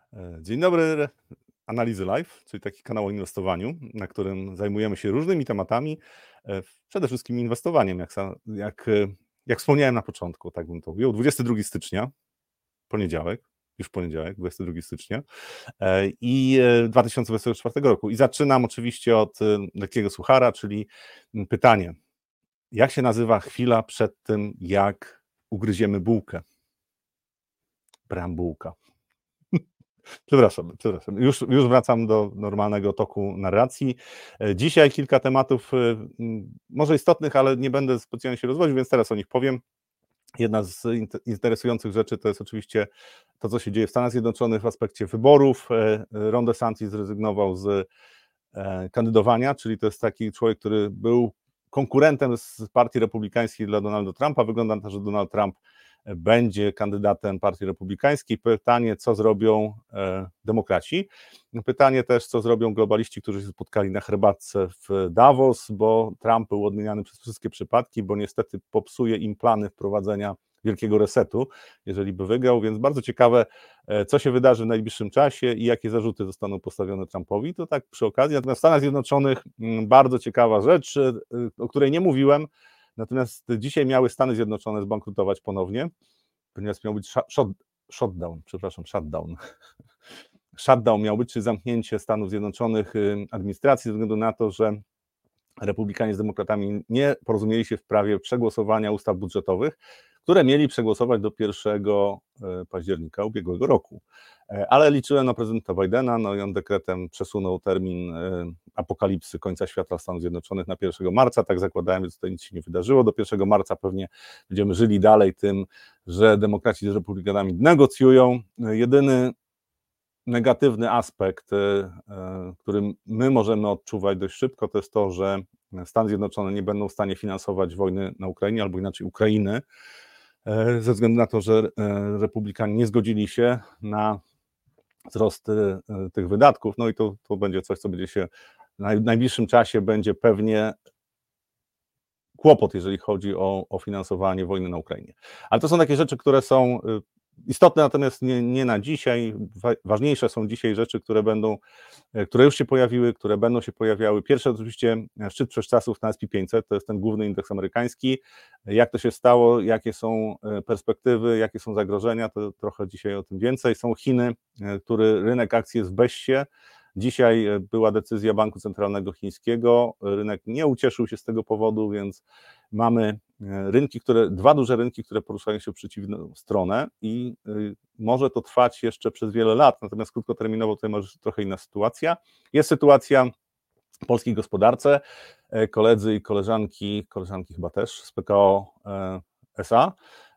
Dzień dobry, Analizy Live, czyli taki kanał o inwestowaniu, na którym zajmujemy się różnymi tematami, przede wszystkim inwestowaniem, jak wspomniałem na początku, tak bym to ujął. 22 stycznia, poniedziałek, już poniedziałek, 22 stycznia i 2024 roku. I zaczynam oczywiście od lekkiego suchara, czyli pytanie, jak się nazywa chwila przed tym, jak ugryziemy bułkę? Brambułka. Przepraszam. Już wracam do normalnego toku narracji. Dzisiaj kilka tematów, może istotnych, ale nie będę specjalnie się rozwodził, więc teraz o nich powiem. Jedna z interesujących rzeczy to jest oczywiście to, co się dzieje w Stanach Zjednoczonych w aspekcie wyborów. Ron DeSantis zrezygnował z kandydowania, czyli to jest taki człowiek, który był konkurentem z partii republikańskiej dla Donalda Trumpa. Wygląda na to, że Donald Trump będzie kandydatem partii republikańskiej. Pytanie, co zrobią demokraci. Pytanie też, co zrobią globaliści, którzy się spotkali na herbatce w Davos, bo Trump był odmieniany przez wszystkie przypadki, bo niestety popsuje im plany wprowadzenia wielkiego resetu, jeżeli by wygrał, więc bardzo ciekawe, co się wydarzy w najbliższym czasie i jakie zarzuty zostaną postawione Trumpowi. To tak przy okazji. Natomiast w Stanach Zjednoczonych bardzo ciekawa rzecz, o której nie mówiłem, natomiast dzisiaj miały Stany Zjednoczone zbankrutować ponownie, ponieważ miał być shutdown. Shutdown miał być, czyli zamknięcie Stanów Zjednoczonych administracji ze względu na to, że Republikanie z demokratami nie porozumieli się w sprawie przegłosowania ustaw budżetowych, które mieli przegłosować do 1 października ubiegłego roku. Ale liczyłem na prezydenta Bidena, no i on dekretem przesunął termin apokalipsy końca świata Stanów Zjednoczonych na 1 marca, tak zakładałem, że tutaj nic się nie wydarzyło. Do 1 marca pewnie będziemy żyli dalej tym, że demokraci z republikanami negocjują. Jedyny negatywny aspekt, który my możemy odczuwać dość szybko, to jest to, że Stany Zjednoczone nie będą w stanie finansować wojny na Ukrainie, albo inaczej Ukrainy, ze względu na to, że republikanie nie zgodzili się na wzrost tych wydatków, no i to będzie coś, co będzie się w najbliższym czasie będzie pewnie kłopot, jeżeli chodzi o finansowanie wojny na Ukrainie. Ale to są takie rzeczy, które są istotne, natomiast nie na dzisiaj. Ważniejsze są dzisiaj rzeczy, które już się pojawiły, które będą się pojawiały. Pierwsze oczywiście szczyt wszechczasów na SP500, to jest ten główny indeks amerykański. Jak to się stało, jakie są perspektywy, jakie są zagrożenia, to trochę dzisiaj o tym więcej. Są Chiny, który rynek akcji jest w bessie. Dzisiaj była decyzja Banku Centralnego Chińskiego, rynek nie ucieszył się z tego powodu, więc mamy dwa duże rynki, które poruszają się w przeciwną stronę i może to trwać jeszcze przez wiele lat, natomiast krótkoterminowo tutaj może trochę inna sytuacja. Jest sytuacja w polskiej gospodarce, koledzy i koleżanki chyba też z PKO SA,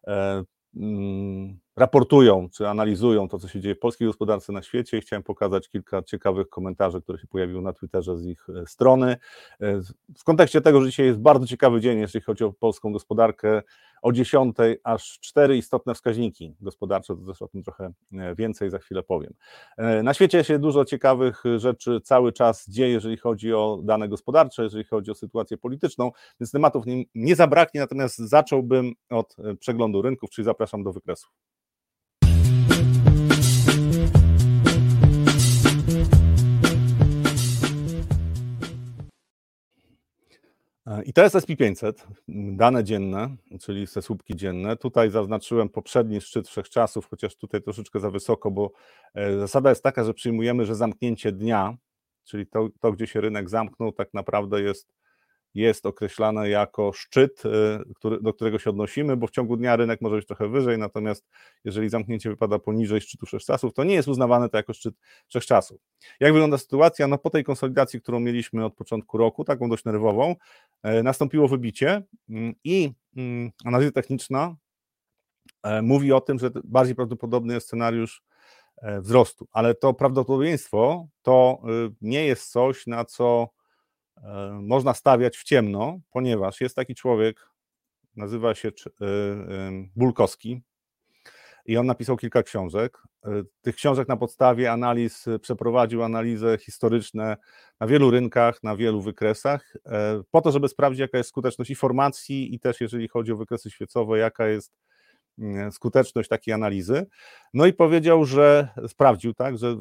raportują czy analizują to, co się dzieje w polskiej gospodarce na świecie i chciałem pokazać kilka ciekawych komentarzy, które się pojawiły na Twitterze z ich strony. W kontekście tego, że dzisiaj jest bardzo ciekawy dzień, jeśli chodzi o polską gospodarkę, o 10 aż 4 istotne wskaźniki gospodarcze, to też o tym trochę więcej za chwilę powiem. Na świecie się dużo ciekawych rzeczy cały czas dzieje, jeżeli chodzi o dane gospodarcze, jeżeli chodzi o sytuację polityczną, więc tematów nie zabraknie, natomiast zacząłbym od przeglądu rynków, czyli zapraszam do wykresu. I to jest SP500, dane dzienne, czyli te słupki dzienne. Tutaj zaznaczyłem poprzedni szczyt wszechczasów, chociaż tutaj troszeczkę za wysoko, bo zasada jest taka, że przyjmujemy, że zamknięcie dnia, czyli to gdzie się rynek zamknął, tak naprawdę jest określane jako szczyt, do którego się odnosimy, bo w ciągu dnia rynek może być trochę wyżej, natomiast jeżeli zamknięcie wypada poniżej szczytu wszechczasów, to nie jest uznawane to jako szczyt wszechczasów. Jak wygląda sytuacja? No po tej konsolidacji, którą mieliśmy od początku roku, taką dość nerwową, nastąpiło wybicie i analiza techniczna mówi o tym, że bardziej prawdopodobny jest scenariusz wzrostu, ale to prawdopodobieństwo to nie jest coś, na co można stawiać w ciemno, ponieważ jest taki człowiek, nazywa się Bulkowski i on napisał kilka książek. Tych książek na podstawie analiz przeprowadził analizy historyczne na wielu rynkach, na wielu wykresach, po to, żeby sprawdzić, jaka jest skuteczność informacji i też jeżeli chodzi o wykresy świecowe, jaka jest skuteczność takiej analizy. No i powiedział, że sprawdził, tak, że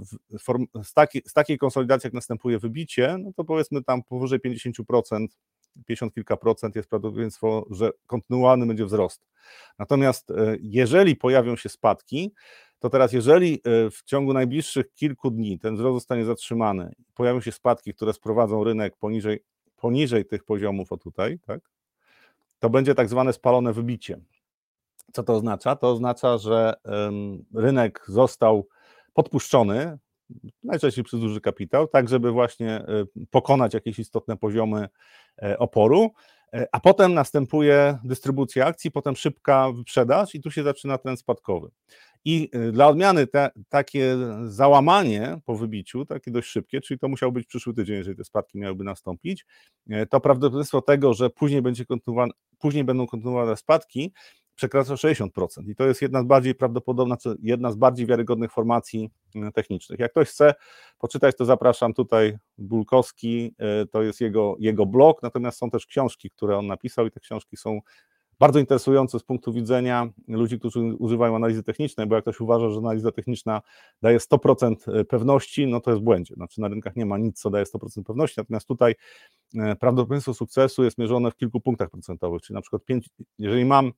z takiej konsolidacji, jak następuje wybicie, no to powiedzmy tam powyżej 50%, 50 kilka procent jest prawdopodobieństwo, że kontynuowany będzie wzrost. Natomiast jeżeli pojawią się spadki, to teraz jeżeli w ciągu najbliższych kilku dni ten wzrost zostanie zatrzymany, pojawią się spadki, które sprowadzą rynek poniżej tych poziomów, o tutaj, tak, to będzie tak zwane spalone wybicie. Co to oznacza? To oznacza, że rynek został podpuszczony, najczęściej przez duży kapitał, tak żeby właśnie pokonać jakieś istotne poziomy oporu, a potem następuje dystrybucja akcji, potem szybka wyprzedaż i tu się zaczyna trend spadkowy. I dla odmiany takie załamanie po wybiciu, takie dość szybkie, czyli to musiał być przyszły tydzień, jeżeli te spadki miałyby nastąpić, to prawdopodobieństwo tego, że później będą kontynuowane spadki, przekracza 60%. I to jest jedna z bardziej wiarygodnych formacji technicznych. Jak ktoś chce poczytać, to zapraszam tutaj, Bulkowski, to jest jego blog, natomiast są też książki, które on napisał i te książki są bardzo interesujące z punktu widzenia ludzi, którzy używają analizy technicznej, bo jak ktoś uważa, że analiza techniczna daje 100% pewności, no to jest w błędzie. Znaczy na rynkach nie ma nic, co daje 100% pewności, natomiast tutaj prawdopodobieństwo sukcesu jest mierzone w kilku punktach procentowych, czyli na przykład jeżeli mam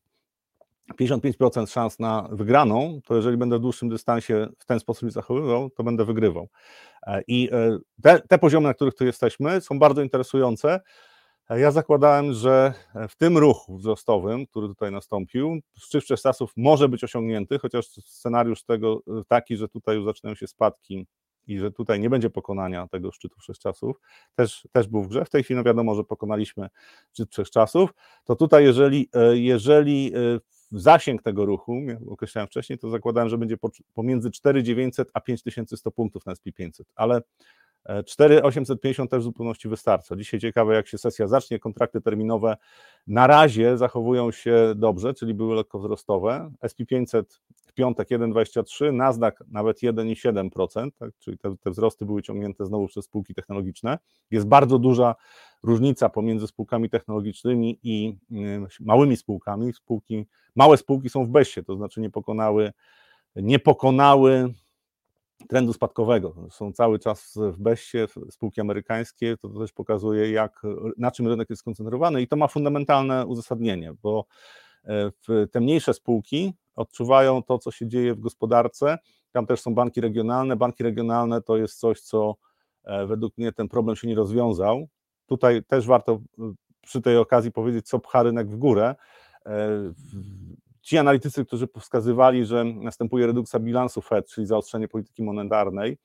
55% szans na wygraną, to jeżeli będę w dłuższym dystansie w ten sposób się zachowywał, to będę wygrywał. I te poziomy, na których tu jesteśmy, są bardzo interesujące. Ja zakładałem, że w tym ruchu wzrostowym, który tutaj nastąpił, szczyt wszechczasów może być osiągnięty, chociaż scenariusz tego taki, że tutaj już zaczynają się spadki i że tutaj nie będzie pokonania tego szczytu wszechczasów, też był w grze. W tej chwili no wiadomo, że pokonaliśmy szczyt wszechczasów, to tutaj jeżeli zasięg tego ruchu, określałem wcześniej, to zakładałem, że będzie pomiędzy 4900 a 5100 punktów na SP 500, ale 4850 też w zupełności wystarcza. Dzisiaj ciekawe, jak się sesja zacznie, kontrakty terminowe na razie zachowują się dobrze, czyli były lekko wzrostowe. SP 500 w piątek 1,23, Nasdaq nawet 1,7%, tak, czyli te wzrosty były ciągnięte znowu przez spółki technologiczne. Jest bardzo duża różnica pomiędzy spółkami technologicznymi i małymi spółkami. Małe spółki są w bezsie, to znaczy nie pokonały trendu spadkowego. Są cały czas w bezsie, spółki amerykańskie, to też pokazuje, na czym rynek jest skoncentrowany i to ma fundamentalne uzasadnienie, bo te mniejsze spółki odczuwają to, co się dzieje w gospodarce. Tam też są banki regionalne. Banki regionalne to jest coś, co według mnie ten problem się nie rozwiązał. Tutaj też warto przy tej okazji powiedzieć, co pcha rynek w górę. Ci analitycy, którzy wskazywali, że następuje redukcja bilansu Fed, czyli zaostrzenie polityki monetarnej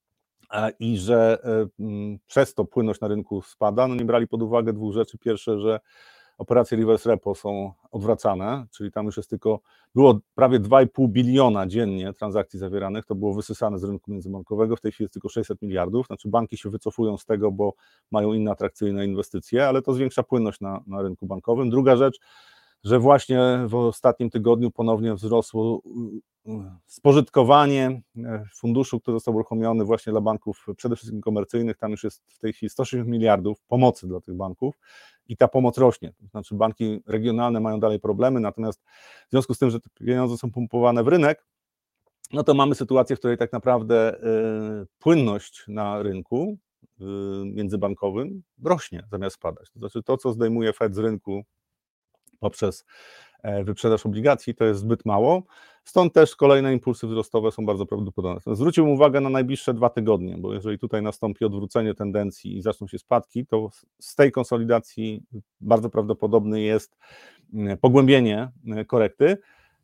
i że przez to płynność na rynku spada, no nie brali pod uwagę dwóch rzeczy. Pierwsze, że operacje reverse repo są odwracane, czyli tam już było prawie 2,5 biliona dziennie transakcji zawieranych, to było wysysane z rynku międzybankowego, w tej chwili jest tylko 600 miliardów, znaczy banki się wycofują z tego, bo mają inne atrakcyjne inwestycje, ale to zwiększa płynność na rynku bankowym. Druga rzecz, że właśnie w ostatnim tygodniu ponownie wzrosło spożytkowanie funduszu, który został uruchomiony właśnie dla banków przede wszystkim komercyjnych. Tam już jest w tej chwili 160 miliardów pomocy dla tych banków i ta pomoc rośnie. To znaczy banki regionalne mają dalej problemy, natomiast w związku z tym, że te pieniądze są pompowane w rynek, no to mamy sytuację, w której tak naprawdę płynność na rynku międzybankowym rośnie zamiast spadać. To znaczy to, co zdejmuje Fed z rynku poprzez wyprzedaż obligacji, to jest zbyt mało, stąd też kolejne impulsy wzrostowe są bardzo prawdopodobne. Zwróciłbym uwagę na najbliższe 2 tygodnie, bo jeżeli tutaj nastąpi odwrócenie tendencji i zaczną się spadki, to z tej konsolidacji bardzo prawdopodobne jest pogłębienie korekty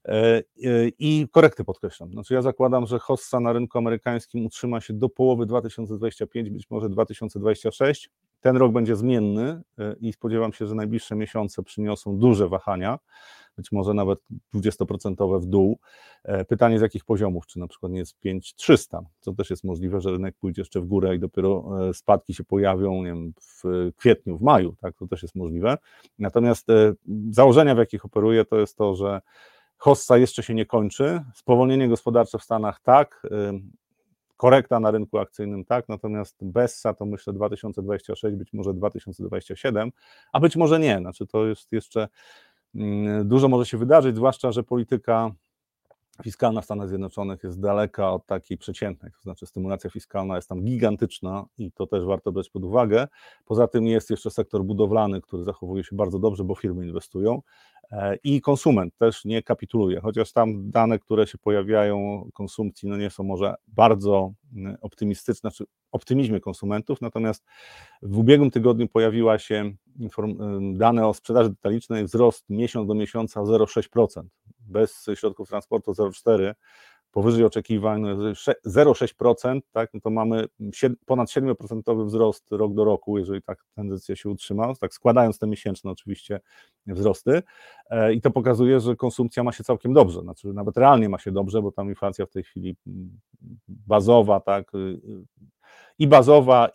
i korekty podkreślam. Znaczy ja zakładam, że hossa na rynku amerykańskim utrzyma się do połowy 2025, być może 2026. Ten rok będzie zmienny i spodziewam się, że najbliższe miesiące przyniosą duże wahania, być może nawet 20% w dół. Pytanie z jakich poziomów, czy na przykład nie jest 5300, to też jest możliwe, że rynek pójdzie jeszcze w górę i dopiero spadki się pojawią, nie wiem, w kwietniu, w maju, tak, to też jest możliwe. Natomiast założenia, w jakich operuję, to jest to, że hossa jeszcze się nie kończy, spowolnienie gospodarcze w Stanach tak, korekta na rynku akcyjnym tak, natomiast bessa to myślę 2026, być może 2027, a być może nie, znaczy to jest jeszcze Dużo może się wydarzyć, zwłaszcza że polityka fiskalna w Stanach Zjednoczonych jest daleka od takiej przeciętnej, to znaczy stymulacja fiskalna jest tam gigantyczna i to też warto brać pod uwagę. Poza tym jest jeszcze sektor budowlany, który zachowuje się bardzo dobrze, bo firmy inwestują i konsument też nie kapituluje, chociaż tam dane, które się pojawiają konsumpcji, no nie są może bardzo optymistyczne, czy optymizmie konsumentów, natomiast w ubiegłym tygodniu pojawiła się dane o sprzedaży detalicznej, wzrost miesiąc do miesiąca o 0,6%, bez środków transportu 0,4%, powyżej oczekiwań, no 0,6%, tak, no to mamy ponad 7% wzrost rok do roku, jeżeli tak tendencja się utrzyma, tak składając te miesięczne oczywiście wzrosty i to pokazuje, że konsumpcja ma się całkiem dobrze, znaczy nawet realnie ma się dobrze, bo tam inflacja w tej chwili bazowa, tak, i bazowa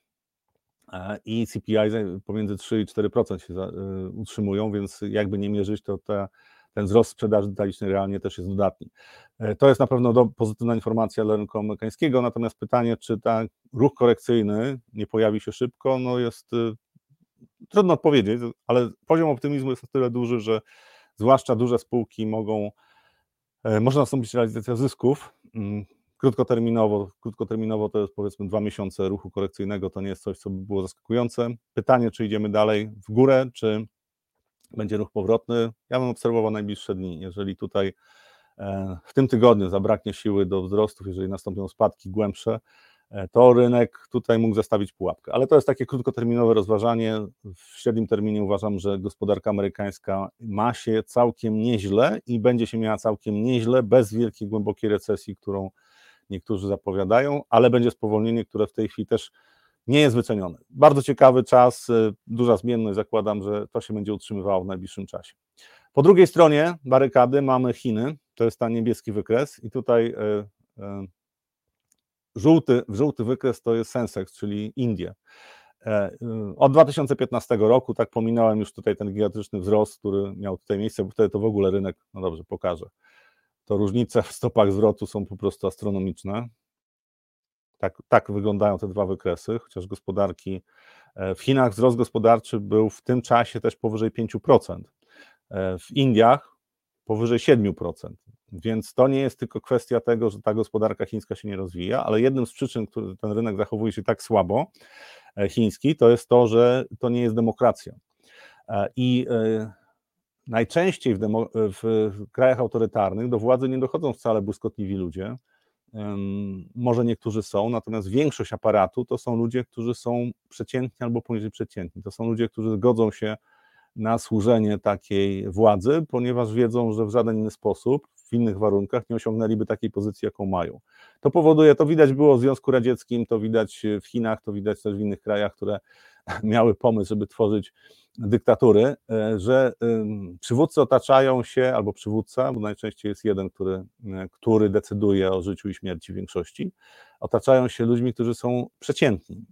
i CPI pomiędzy 3 i 4% się utrzymują, więc jakby nie mierzyć, to ten wzrost sprzedaży detalicznej realnie też jest dodatni. To jest na pewno pozytywna informacja dla rynku amerykańskiego, natomiast pytanie, czy ten ruch korekcyjny nie pojawi się szybko, no jest trudno odpowiedzieć, ale poziom optymizmu jest na tyle duży, że zwłaszcza duże spółki może nastąpić realizacja zysków. Krótkoterminowo to jest powiedzmy 2 miesiące ruchu korekcyjnego, to nie jest coś, co by było zaskakujące. Pytanie, czy idziemy dalej w górę, czy będzie ruch powrotny. Ja bym obserwował najbliższe dni. Jeżeli tutaj w tym tygodniu zabraknie siły do wzrostów, jeżeli nastąpią spadki głębsze, to rynek tutaj mógł zastawić pułapkę. Ale to jest takie krótkoterminowe rozważanie. W średnim terminie uważam, że gospodarka amerykańska ma się całkiem nieźle i będzie się miała całkiem nieźle, bez wielkiej, głębokiej recesji, którą niektórzy zapowiadają, ale będzie spowolnienie, które w tej chwili też nie jest wycenione. Bardzo ciekawy czas, duża zmienność, zakładam, że to się będzie utrzymywało w najbliższym czasie. Po drugiej stronie barykady mamy Chiny, to jest ten niebieski wykres i tutaj żółty wykres to jest Sensex, czyli Indie. Od 2015 roku, tak pominąłem już tutaj ten gigantyczny wzrost, który miał tutaj miejsce, bo wtedy to w ogóle rynek, no dobrze, pokażę. To różnice w stopach zwrotu są po prostu astronomiczne. Tak wyglądają te dwa wykresy, chociaż gospodarki w Chinach wzrost gospodarczy był w tym czasie też powyżej 5%. W Indiach powyżej 7%. Więc to nie jest tylko kwestia tego, że ta gospodarka chińska się nie rozwija, ale jednym z przyczyn, który ten rynek zachowuje się tak słabo, chiński, to jest to, że to nie jest demokracja. I najczęściej w krajach autorytarnych do władzy nie dochodzą wcale błyskotliwi ludzie, może niektórzy są, natomiast większość aparatu to są ludzie, którzy są przeciętni albo poniżej przeciętni. To są ludzie, którzy godzą się na służenie takiej władzy, ponieważ wiedzą, że w żaden inny sposób, w innych warunkach nie osiągnęliby takiej pozycji, jaką mają. To powoduje, to widać było w Związku Radzieckim, to widać w Chinach, to widać też w innych krajach, które miały pomysł, żeby tworzyć dyktatury, że przywódcy otaczają się, albo przywódca, bo najczęściej jest jeden, który decyduje o życiu i śmierci większości, otaczają się ludźmi, którzy są przeciętni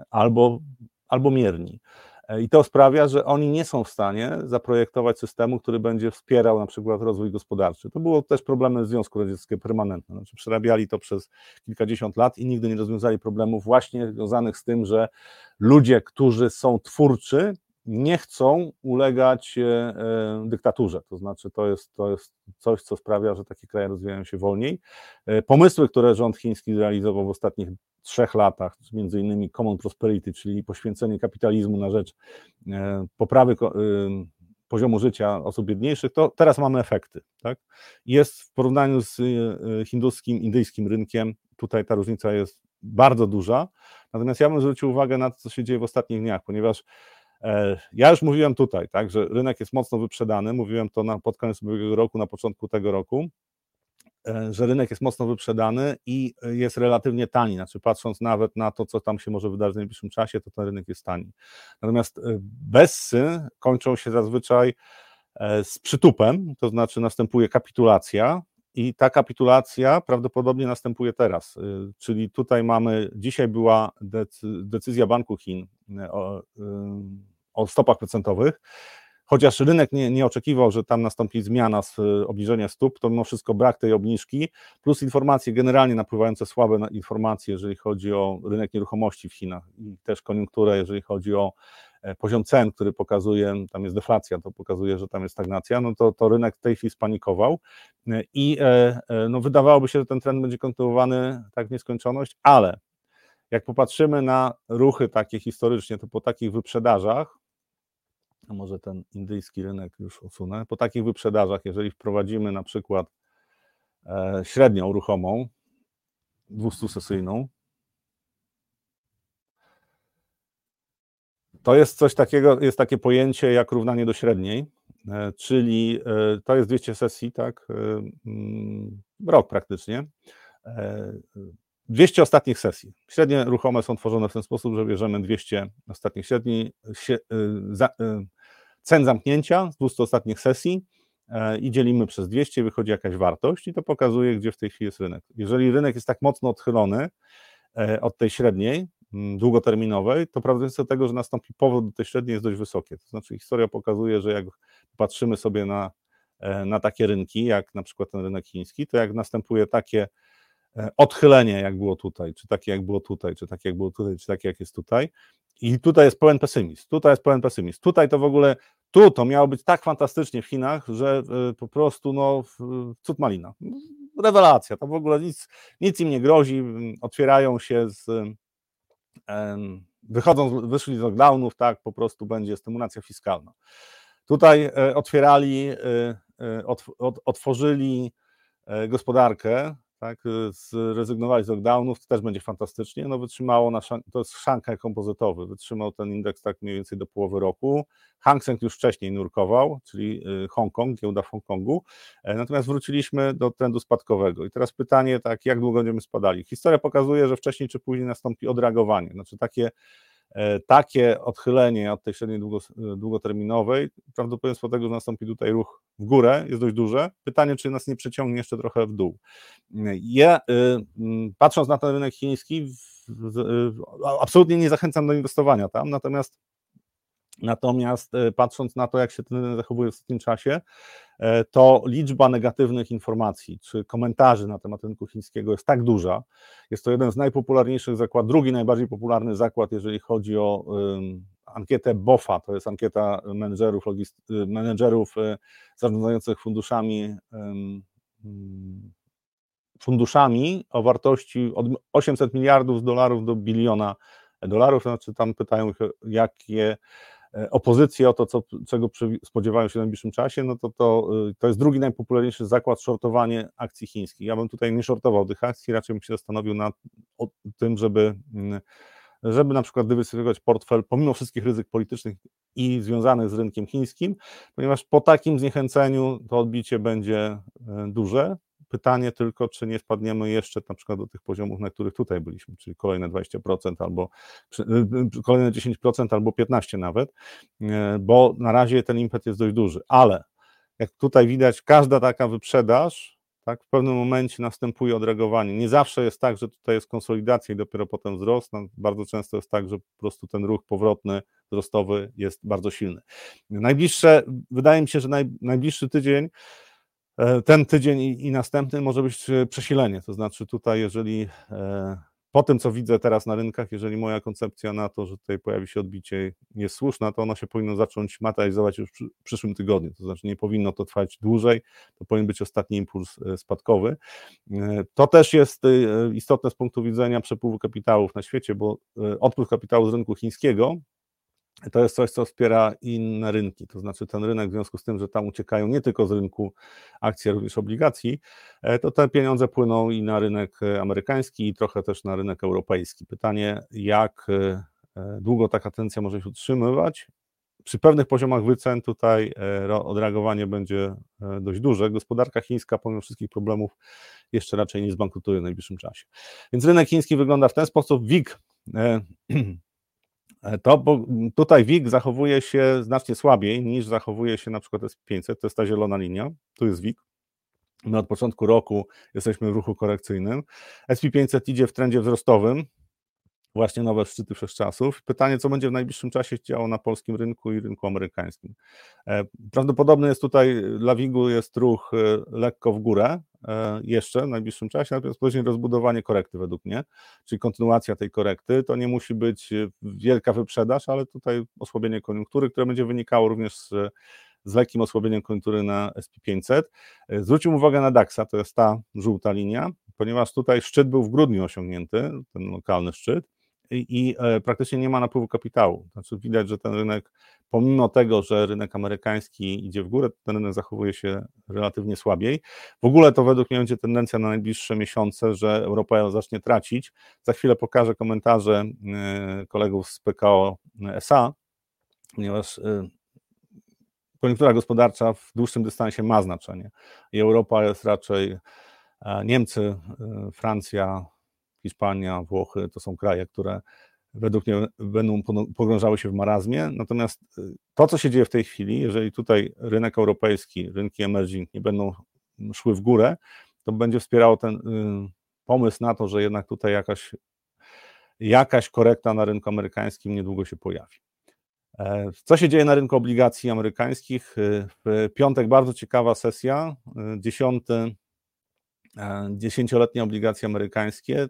albo mierni. I to sprawia, że oni nie są w stanie zaprojektować systemu, który będzie wspierał na przykład rozwój gospodarczy. To było też problemem Związku Radzieckiego permanentne. Znaczy przerabiali to przez kilkadziesiąt lat i nigdy nie rozwiązali problemów właśnie związanych z tym, że ludzie, którzy są twórczy, nie chcą ulegać dyktaturze. To znaczy to jest coś, co sprawia, że takie kraje rozwijają się wolniej. Pomysły, które rząd chiński zrealizował w ostatnich 3 latach, między innymi Common Prosperity, czyli poświęcenie kapitalizmu na rzecz poprawy poziomu życia osób biedniejszych, to teraz mamy efekty. Tak? Jest w porównaniu z hinduskim, indyjskim rynkiem, tutaj ta różnica jest bardzo duża, natomiast ja bym zwrócił uwagę na to, co się dzieje w ostatnich dniach, ponieważ ja już mówiłem tutaj, tak, że rynek jest mocno wyprzedany, mówiłem to pod koniec ubiegłego roku, na początku tego roku, że rynek jest mocno wyprzedany i jest relatywnie tani, znaczy patrząc nawet na to, co tam się może wydarzyć w najbliższym czasie, to ten rynek jest tani. Natomiast bessy kończą się zazwyczaj z przytupem, to znaczy następuje kapitulacja i ta kapitulacja prawdopodobnie następuje teraz, czyli tutaj dzisiaj była decyzja Banku Chin o stopach procentowych. chociaż rynek nie oczekiwał, że tam nastąpi zmiana z obniżenia stóp, to mimo wszystko brak tej obniżki, plus informacje generalnie napływające słabe informacje, jeżeli chodzi o rynek nieruchomości w Chinach i też koniunkturę, jeżeli chodzi o poziom cen, który pokazuje, tam jest deflacja, to pokazuje, że tam jest stagnacja, no to rynek w tej chwili spanikował i no wydawałoby się, że ten trend będzie kontynuowany tak w nieskończoność, ale jak popatrzymy na ruchy takie historycznie, to po takich wyprzedażach, a może ten indyjski rynek już usunę, po takich wyprzedażach, jeżeli wprowadzimy na przykład średnią ruchomą, 200-sesyjną, to jest coś takiego, jest takie pojęcie jak równanie do średniej, czyli to jest 200 sesji, tak, rok praktycznie, 200 ostatnich sesji. Średnie ruchome są tworzone w ten sposób, że bierzemy 200 ostatnich średni, cen zamknięcia z 200 ostatnich sesji i dzielimy przez 200, wychodzi jakaś wartość i to pokazuje, gdzie w tej chwili jest rynek. Jeżeli rynek jest tak mocno odchylony od tej średniej, długoterminowej, to prawdopodobieństwo tego, że nastąpi powrót do tej średniej jest dość wysokie. To znaczy historia pokazuje, że jak patrzymy sobie na takie rynki, jak na przykład ten rynek chiński, to jak następuje takie odchylenie, jak było tutaj, czy takie jak było tutaj, czy takie jak było tutaj, czy takie jak jest tutaj. I tutaj jest pełen pesymizm, tutaj jest pełen pesymizm. Tutaj to w ogóle, tu to miało być tak fantastycznie w Chinach, że po prostu no cud malina. Rewelacja, to w ogóle nic im nie grozi, otwierają się wyszli z lockdownów, tak, po prostu będzie stymulacja fiskalna. Tutaj otworzyli gospodarkę, tak, zrezygnowali z lockdownów, to też będzie fantastycznie, no wytrzymało, to jest Szanghaj kompozytowy, wytrzymał ten indeks tak mniej więcej do połowy roku, Hang Seng już wcześniej nurkował, czyli Hongkong, giełda w Hongkongu, natomiast wróciliśmy do trendu spadkowego i teraz pytanie, tak, jak długo będziemy spadali? Historia pokazuje, że wcześniej czy później nastąpi odreagowanie, znaczy takie odchylenie od tej średniej długoterminowej, prawdopodobieństwo tego, że nastąpi tutaj ruch w górę jest dość duże. Pytanie, czy nas nie przeciągnie jeszcze trochę w dół. Ja, patrząc na ten rynek chiński, absolutnie nie zachęcam do inwestowania tam, natomiast patrząc na to, jak się ten rynek zachowuje w ostatnim czasie, to liczba negatywnych informacji czy komentarzy na temat rynku chińskiego jest tak duża. Jest to jeden z najpopularniejszych zakładów, drugi najbardziej popularny zakład, jeżeli chodzi o ankietę BOFA, to jest ankieta menedżerów zarządzających funduszami o wartości od 800 miliardów dolarów do biliona dolarów, to znaczy tam pytają ich, jakie opozycję o to, czego spodziewają się w najbliższym czasie, no to jest drugi najpopularniejszy zakład shortowanie akcji chińskich. Ja bym tutaj nie shortował tych akcji, raczej bym się zastanowił nad tym, żeby na przykład dywersyfikować portfel pomimo wszystkich ryzyk politycznych i związanych z rynkiem chińskim, ponieważ po takim zniechęceniu to odbicie będzie duże. Pytanie tylko, czy nie spadniemy jeszcze na przykład do tych poziomów, na których tutaj byliśmy, czyli kolejne 20% albo kolejne 10% albo 15% nawet, bo na razie ten impet jest dość duży, ale jak tutaj widać, każda taka wyprzedaż, tak, w pewnym momencie następuje odreagowanie. Nie zawsze jest tak, że tutaj jest konsolidacja i dopiero potem wzrost, no, bardzo często jest tak, że po prostu ten ruch powrotny, wzrostowy jest bardzo silny. Wydaje mi się, że najbliższy tydzień, ten tydzień i następny może być przesilenie, to znaczy tutaj jeżeli po tym, co widzę teraz na rynkach, jeżeli moja koncepcja na to, że tutaj pojawi się odbicie jest słuszna, to ono się powinno zacząć materializować już w przyszłym tygodniu, to znaczy nie powinno to trwać dłużej, to powinien być ostatni impuls spadkowy. To też jest istotne z punktu widzenia przepływu kapitałów na świecie, bo odpływ kapitału z rynku chińskiego to jest coś, co wspiera inne rynki, to znaczy ten rynek w związku z tym, że tam uciekają nie tylko z rynku akcji, ale również obligacji, to te pieniądze płyną i na rynek amerykański i trochę też na rynek europejski. Pytanie, jak długo taka tendencja może się utrzymywać. Przy pewnych poziomach wycen tutaj odreagowanie będzie dość duże. Gospodarka chińska pomimo wszystkich problemów jeszcze raczej nie zbankrutuje w najbliższym czasie. Więc rynek chiński wygląda w ten sposób. WIG bo tutaj WIG zachowuje się znacznie słabiej niż zachowuje się na przykład SP500, to jest ta zielona linia, tu jest WIG. My od początku roku jesteśmy w ruchu korekcyjnym. SP500 idzie w trendzie wzrostowym, właśnie nowe szczyty wszechczasów. Pytanie, co będzie w najbliższym czasie działo na polskim rynku i rynku amerykańskim. Prawdopodobny jest tutaj, dla WIG-u jest ruch lekko w górę jeszcze w najbliższym czasie, natomiast później rozbudowanie korekty według mnie, czyli kontynuacja tej korekty. To nie musi być wielka wyprzedaż, ale tutaj osłabienie koniunktury, które będzie wynikało również z lekkim osłabieniem koniunktury na SP 500. Zwróćmy uwagę na DAX-a, to jest ta żółta linia, ponieważ tutaj szczyt był w grudniu osiągnięty, ten lokalny szczyt, i praktycznie nie ma napływu kapitału. Znaczy widać, że ten rynek, pomimo tego, że rynek amerykański idzie w górę, ten rynek zachowuje się relatywnie słabiej. W ogóle to według mnie będzie tendencja na najbliższe miesiące, że Europa zacznie tracić. Za chwilę pokażę komentarze kolegów z PKO SA, ponieważ koniunktura gospodarcza w dłuższym dystansie ma znaczenie i Europa jest raczej, Niemcy, Francja, Hiszpania, Włochy to są kraje, które według mnie będą pogrążały się w marazmie, natomiast to, co się dzieje w tej chwili, jeżeli tutaj rynek europejski, rynki emerging nie będą szły w górę, to będzie wspierało ten pomysł na to, że jednak tutaj jakaś korekta na rynku amerykańskim niedługo się pojawi. Co się dzieje na rynku obligacji amerykańskich? W piątek bardzo ciekawa sesja, 10-letnie obligacje amerykańskie,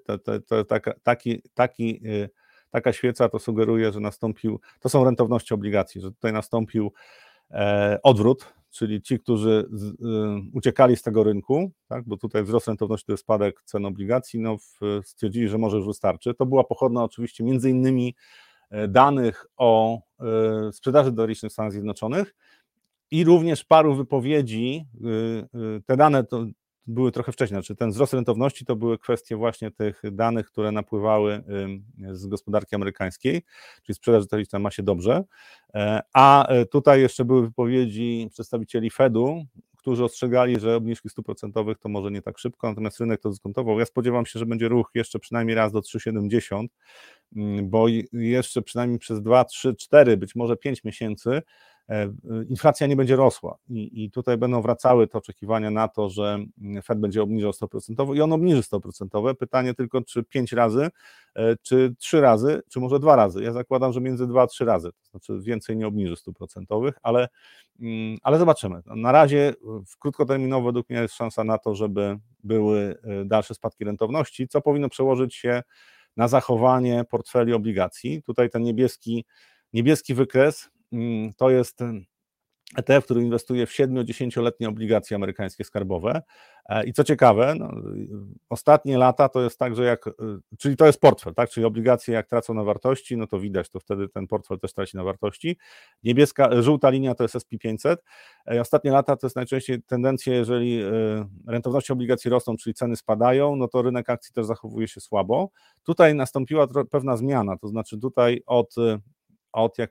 taka świeca to sugeruje, że to są rentowności obligacji, że tutaj nastąpił odwrót, czyli ci, którzy uciekali z tego rynku, tak, bo tutaj wzrost rentowności to jest spadek cen obligacji, stwierdzili, że może już wystarczy. To była pochodna oczywiście między innymi danych o sprzedaży detalicznej w Stanach Zjednoczonych i również paru wypowiedzi. Te dane to były trochę wcześniej, znaczy ten wzrost rentowności to były kwestie właśnie tych danych, które napływały z gospodarki amerykańskiej, czyli sprzedaż detaliczna ma się dobrze, a tutaj jeszcze były wypowiedzi przedstawicieli Fedu, którzy ostrzegali, że obniżki stóp procentowych to może nie tak szybko, natomiast rynek to dyskontował. Ja spodziewam się, że będzie ruch jeszcze przynajmniej raz do 3,70, bo jeszcze przynajmniej przez 2, 3, 4, być może 5 miesięcy inflacja nie będzie rosła i tutaj będą wracały te oczekiwania na to, że Fed będzie obniżał stopy procentowe i on obniży stopy procentowe. Pytanie tylko, czy 5 razy, czy 3 razy, czy może 2 razy. Ja zakładam, że między 2 a 3 razy, to znaczy więcej nie obniży stóp procentowych, ale zobaczymy. Na razie krótkoterminowo według mnie jest szansa na to, żeby były dalsze spadki rentowności, co powinno przełożyć się na zachowanie portfeli obligacji. Tutaj ten niebieski wykres to jest ETF, który inwestuje w 7-10-letnie obligacje amerykańskie skarbowe. I co ciekawe, ostatnie lata to jest tak, że czyli to jest portfel, tak? Czyli obligacje jak tracą na wartości, no to widać, to wtedy ten portfel też traci na wartości. Żółta linia to jest SP 500. Ostatnie lata to jest najczęściej tendencja, jeżeli rentowności obligacji rosną, czyli ceny spadają, no to rynek akcji też zachowuje się słabo. Tutaj nastąpiła pewna zmiana, to znaczy tutaj jak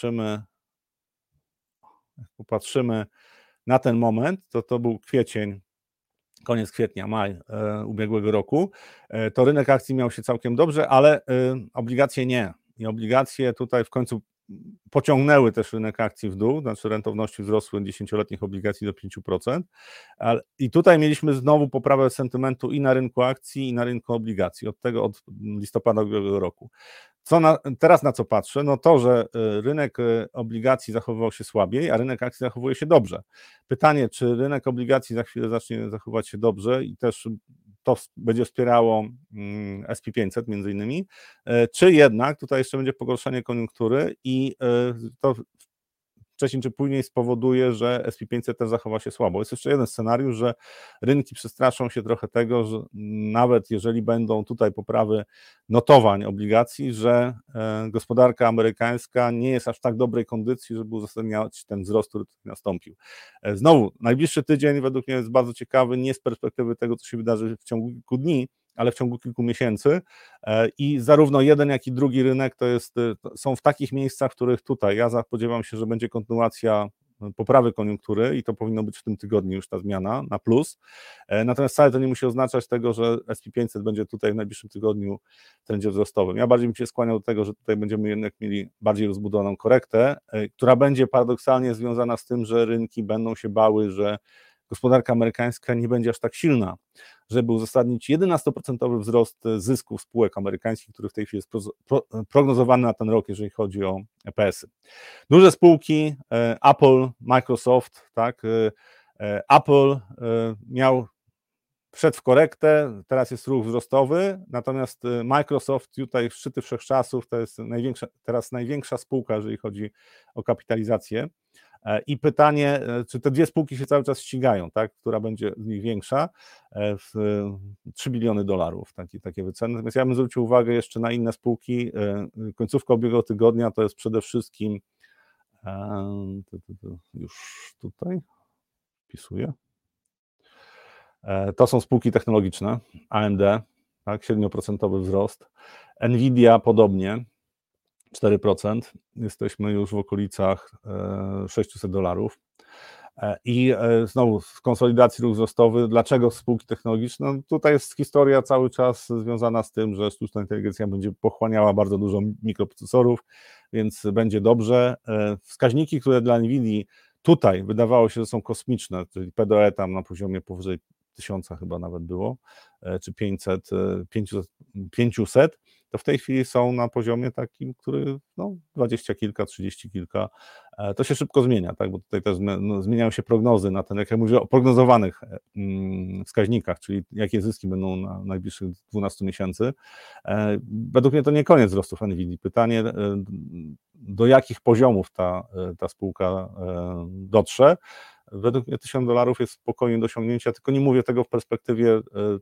popatrzymy na ten moment, to był kwiecień, koniec kwietnia, maj ubiegłego roku, to rynek akcji miał się całkiem dobrze, ale obligacje nie. I obligacje tutaj w końcu pociągnęły też rynek akcji w dół, znaczy rentowności wzrosły 10-letnich obligacji do 5%. I tutaj mieliśmy znowu poprawę sentymentu i na rynku akcji, i na rynku obligacji, od listopada ubiegłego roku. Teraz na co patrzę? No to, że rynek obligacji zachowywał się słabiej, a rynek akcji zachowuje się dobrze. Pytanie, czy rynek obligacji za chwilę zacznie zachowywać się dobrze i też to będzie wspierało SP 500 między innymi, czy jednak tutaj jeszcze będzie pogorszenie koniunktury i to wcześniej czy później spowoduje, że SP 500 też zachowa się słabo. Jest jeszcze jeden scenariusz, że rynki przestraszą się trochę tego, że nawet jeżeli będą tutaj poprawy notowań obligacji, że gospodarka amerykańska nie jest aż w tak dobrej kondycji, żeby uzasadniać ten wzrost, który tutaj nastąpił. Znowu, najbliższy tydzień według mnie jest bardzo ciekawy, nie z perspektywy tego, co się wydarzy w ciągu kilku dni, ale w ciągu kilku miesięcy i zarówno jeden, jak i drugi rynek są w takich miejscach, w których tutaj ja spodziewam się, że będzie kontynuacja poprawy koniunktury i to powinno być w tym tygodniu już ta zmiana na plus. Natomiast wcale to nie musi oznaczać tego, że SP 500 będzie tutaj w najbliższym tygodniu w trendzie wzrostowym. Ja bardziej bym się skłaniał do tego, że tutaj będziemy jednak mieli bardziej rozbudowaną korektę, która będzie paradoksalnie związana z tym, że rynki będą się bały, że gospodarka amerykańska nie będzie aż tak silna, żeby uzasadnić 11% wzrost zysków spółek amerykańskich, który w tej chwili jest prognozowany na ten rok, jeżeli chodzi o EPS-y. Duże spółki, Apple, Microsoft, tak, Apple wszedł w korektę, teraz jest ruch wzrostowy, natomiast Microsoft, tutaj szczyty wszechczasów, to jest teraz największa spółka, jeżeli chodzi o kapitalizację. I pytanie, czy te dwie spółki się cały czas ścigają, tak? Która będzie z nich większa, w $3 biliony, takie wyceny. Natomiast ja bym zwrócił uwagę jeszcze na inne spółki. Końcówka ubiegłego tygodnia to jest przede wszystkim, już tutaj wpisuję, to są spółki technologiczne, AMD, tak, 7% wzrost, Nvidia podobnie, 4%, jesteśmy już w okolicach $600. I znowu w konsolidacji ruch wzrostowy. Dlaczego spółki technologiczne? No, tutaj jest historia cały czas związana z tym, że sztuczna inteligencja będzie pochłaniała bardzo dużo mikroprocesorów, więc będzie dobrze. Wskaźniki, które dla Nvidii tutaj wydawało się, że są kosmiczne, czyli PDE tam na poziomie powyżej 1000 chyba nawet było, czy 500, to w tej chwili są na poziomie takim, który 20 kilka, 30 kilka. To się szybko zmienia, tak? Bo tutaj też zmieniają się prognozy na ten, jak ja mówię o prognozowanych wskaźnikach, czyli jakie zyski będą na najbliższych 12 miesięcy. Według mnie to nie koniec wzrostów Nvidii. Pytanie, do jakich poziomów ta spółka dotrze. Według mnie $1000 jest spokojnie do osiągnięcia, tylko nie mówię tego w perspektywie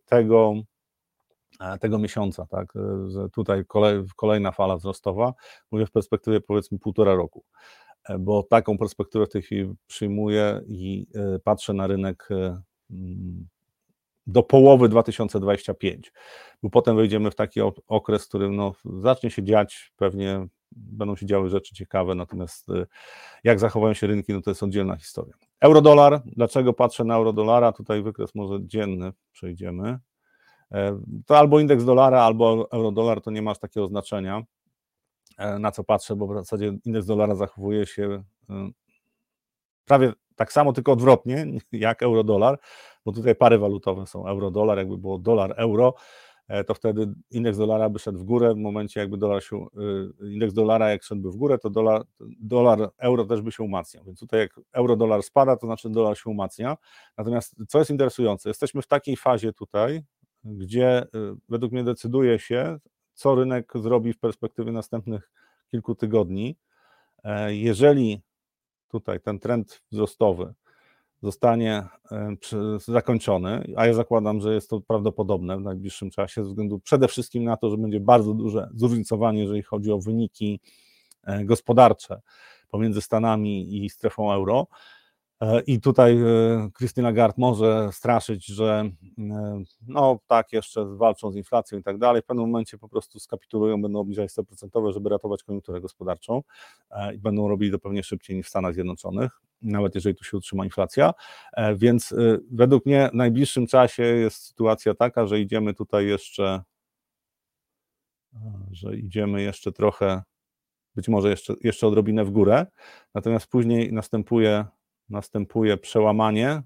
tego miesiąca, tak, że tutaj kolejna fala wzrostowa, mówię w perspektywie powiedzmy 1,5 roku, bo taką perspektywę w tej chwili przyjmuję i patrzę na rynek do połowy 2025, bo potem wejdziemy w taki okres, w którym zacznie się dziać, pewnie będą się działy rzeczy ciekawe, natomiast jak zachowają się rynki, to jest oddzielna historia. Euro-dolar, dlaczego patrzę na euro-dolara? Tutaj wykres może dzienny przejdziemy. To albo indeks dolara, albo euro-dolar, to nie ma aż takiego znaczenia, na co patrzę, bo w zasadzie indeks dolara zachowuje się prawie tak samo, tylko odwrotnie jak euro-dolar, bo tutaj pary walutowe są euro-dolar, jakby było dolar-euro, to wtedy indeks dolara by szedł w górę, w momencie jakby indeks dolara jak szedłby w górę, to dolar-euro też by się umacniał, więc tutaj jak euro-dolar spada, to znaczy dolar się umacnia. Natomiast co jest interesujące, jesteśmy w takiej fazie tutaj, gdzie według mnie decyduje się, co rynek zrobi w perspektywie następnych kilku tygodni. Jeżeli tutaj ten trend wzrostowy zostanie zakończony, a ja zakładam, że jest to prawdopodobne w najbliższym czasie, ze względu przede wszystkim na to, że będzie bardzo duże zróżnicowanie, jeżeli chodzi o wyniki gospodarcze pomiędzy Stanami i strefą euro. I tutaj Christine Lagarde może straszyć, że tak, jeszcze walczą z inflacją i tak dalej. W pewnym momencie po prostu skapitulują, będą obniżać stopy procentowe, żeby ratować koniunkturę gospodarczą i będą robili to pewnie szybciej niż w Stanach Zjednoczonych, nawet jeżeli tu się utrzyma inflacja. Więc według mnie w najbliższym czasie jest sytuacja taka, że idziemy tutaj jeszcze trochę, być może jeszcze odrobinę w górę, natomiast później następuje przełamanie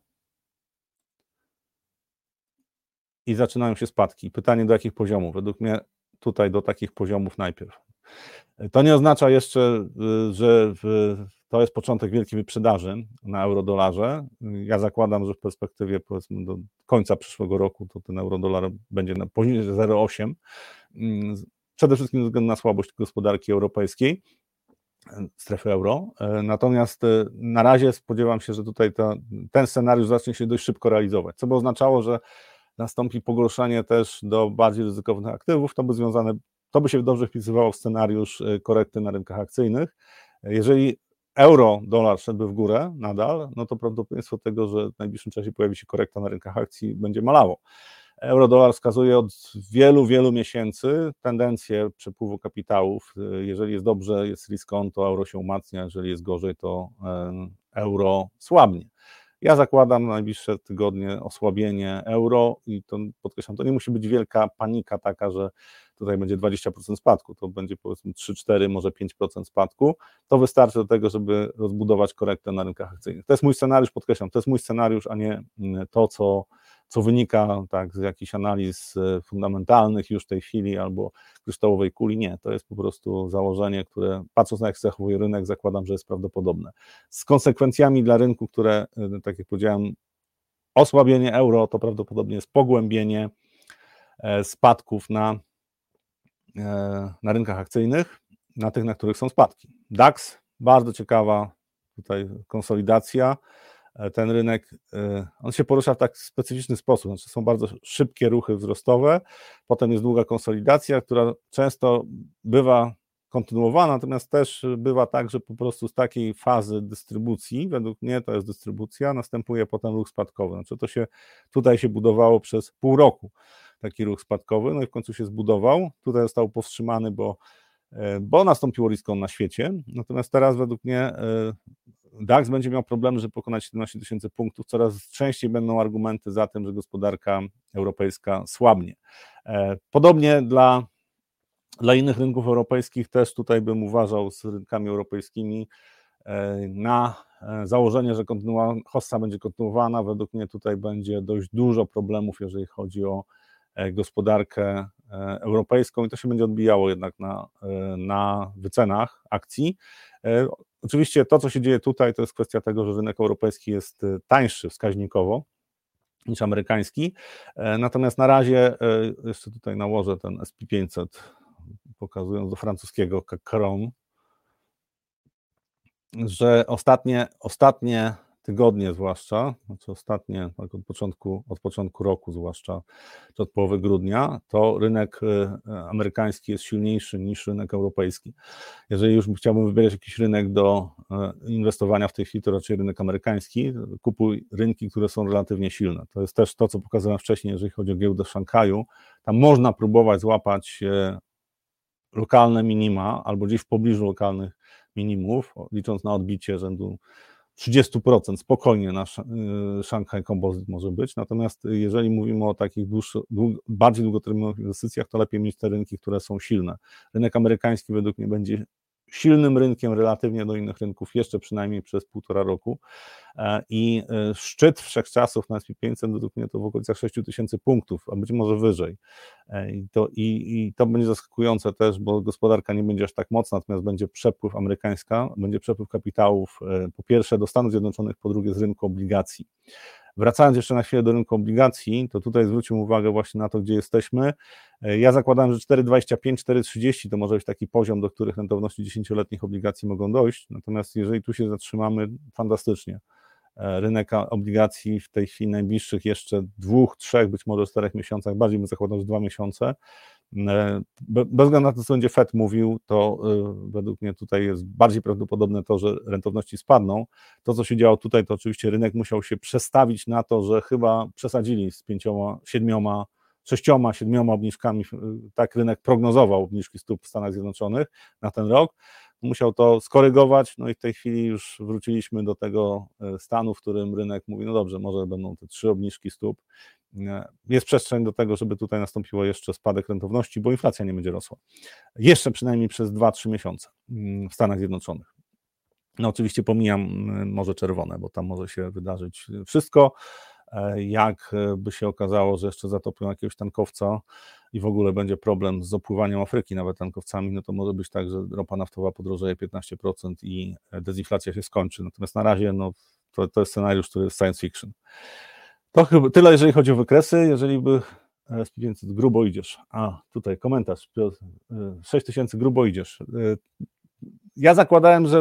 i zaczynają się spadki. Pytanie, do jakich poziomów? Według mnie tutaj do takich poziomów najpierw. To nie oznacza jeszcze, że to jest początek wielkiej wyprzedaży na euro-dolarze. Ja zakładam, że w perspektywie powiedzmy do końca przyszłego roku to ten euro-dolar będzie poniżej 0,8. Przede wszystkim ze względu na słabość gospodarki europejskiej, strefy euro. Natomiast na razie spodziewam się, że tutaj ten scenariusz zacznie się dość szybko realizować, co by oznaczało, że nastąpi pogorszenie też do bardziej ryzykownych aktywów. To by się dobrze wpisywało w scenariusz korekty na rynkach akcyjnych. Jeżeli euro-dolar szedłby w górę nadal, to prawdopodobieństwo tego, że w najbliższym czasie pojawi się korekta na rynkach akcji, będzie malało. Euro-dolar wskazuje od wielu miesięcy tendencję przepływu kapitałów. Jeżeli jest dobrze, jest risk on, to euro się umacnia, jeżeli jest gorzej, to euro słabnie. Ja zakładam na najbliższe tygodnie osłabienie euro i to podkreślam, to nie musi być wielka panika taka, że tutaj będzie 20% spadku, to będzie powiedzmy 3-4, może 5% spadku. To wystarczy do tego, żeby rozbudować korektę na rynkach akcyjnych. To jest mój scenariusz, podkreślam, to jest mój scenariusz, a nie to, co co wynika tak z jakichś analiz fundamentalnych już w tej chwili albo kryształowej kuli. Nie, to jest po prostu założenie, które patrząc na jak zachowuje rynek, zakładam, że jest prawdopodobne. Z konsekwencjami dla rynku, które, tak jak powiedziałem, osłabienie euro to prawdopodobnie jest pogłębienie spadków na rynkach akcyjnych, na tych, na których są spadki. DAX, bardzo ciekawa tutaj konsolidacja. Ten rynek, on się porusza w tak specyficzny sposób, znaczy są bardzo szybkie ruchy wzrostowe, potem jest długa konsolidacja, która często bywa kontynuowana, natomiast też bywa tak, że po prostu z takiej fazy dystrybucji, według mnie to jest dystrybucja, następuje potem ruch spadkowy. Znaczy to się tutaj się budowało przez pół roku, taki ruch spadkowy, no i w końcu się zbudował, tutaj został powstrzymany, bo nastąpiło riskon na świecie, natomiast teraz według mnie DAX będzie miał problemy, żeby pokonać 17 000 punktów, coraz częściej będą argumenty za tym, że gospodarka europejska słabnie. Podobnie dla innych rynków europejskich też tutaj bym uważał z rynkami europejskimi na założenie, że hossa będzie kontynuowana. Według mnie tutaj będzie dość dużo problemów, jeżeli chodzi o gospodarkę europejską i to się będzie odbijało jednak na wycenach akcji. Oczywiście to, co się dzieje tutaj, to jest kwestia tego, że rynek europejski jest tańszy wskaźnikowo niż amerykański, natomiast na razie, jeszcze tutaj nałożę ten SP 500, pokazując do francuskiego CAC, że ostatnie tygodnie zwłaszcza, znaczy ostatnie, tak od początku roku zwłaszcza, czy od połowy grudnia, to rynek amerykański jest silniejszy niż rynek europejski. Jeżeli już chciałbym wybierać jakiś rynek do inwestowania w tej chwili, to raczej rynek amerykański. Kupuj rynki, które są relatywnie silne. To jest też to, co pokazałem wcześniej, jeżeli chodzi o giełdę w Szanghaju. Tam można próbować złapać lokalne minima albo gdzieś w pobliżu lokalnych minimów, licząc na odbicie rzędu 30% spokojnie na Shanghai Composite może być, natomiast jeżeli mówimy o takich bardziej długoterminowych inwestycjach, to lepiej mieć te rynki, które są silne. Rynek amerykański według mnie będzie silnym rynkiem relatywnie do innych rynków jeszcze przynajmniej przez 1,5 roku i szczyt wszechczasów na S&P 500 według mnie to w okolicach 6 000 punktów, a być może wyżej. I to będzie zaskakujące też, bo gospodarka nie będzie aż tak mocna, natomiast będzie przepływ będzie przepływ kapitałów po pierwsze do Stanów Zjednoczonych, po drugie z rynku obligacji. Wracając jeszcze na chwilę do rynku obligacji, to tutaj zwróćmy uwagę właśnie na to, gdzie jesteśmy. Ja zakładałem, że 4,25, 4,30 to może być taki poziom, do których rentowności 10-letnich obligacji mogą dojść, natomiast jeżeli tu się zatrzymamy, fantastycznie. Rynek obligacji w tej chwili najbliższych jeszcze 2, 3, być może 4 miesiącach, bardziej bym zakładał, że 2 miesiące. Bez względu na to, co będzie Fed mówił, to według mnie tutaj jest bardziej prawdopodobne to, że rentowności spadną. To, co się działo tutaj, to oczywiście rynek musiał się przestawić na to, że chyba przesadzili z 5, 7, 6, 7 obniżkami. Tak rynek prognozował obniżki stóp w Stanach Zjednoczonych na ten rok. Musiał to skorygować, no i w tej chwili już wróciliśmy do tego stanu, w którym rynek mówi, no dobrze, może będą te 3 obniżki stóp. Jest przestrzeń do tego, żeby tutaj nastąpiło jeszcze spadek rentowności, bo inflacja nie będzie rosła. Jeszcze przynajmniej przez 2-3 miesiące w Stanach Zjednoczonych. No oczywiście pomijam Morze Czerwone, bo tam może się wydarzyć wszystko. Jak by się okazało, że jeszcze zatopią jakiegoś tankowca i w ogóle będzie problem z opływaniem Afryki nawet tankowcami, no to może być tak, że ropa naftowa podrożeje 15% i dezinflacja się skończy. Natomiast na razie no, to jest scenariusz, który jest science fiction. To chyba tyle, jeżeli chodzi o wykresy. Jeżeli by SP 500 grubo idziesz. A, tutaj komentarz. 6 000 grubo idziesz. Ja zakładałem, że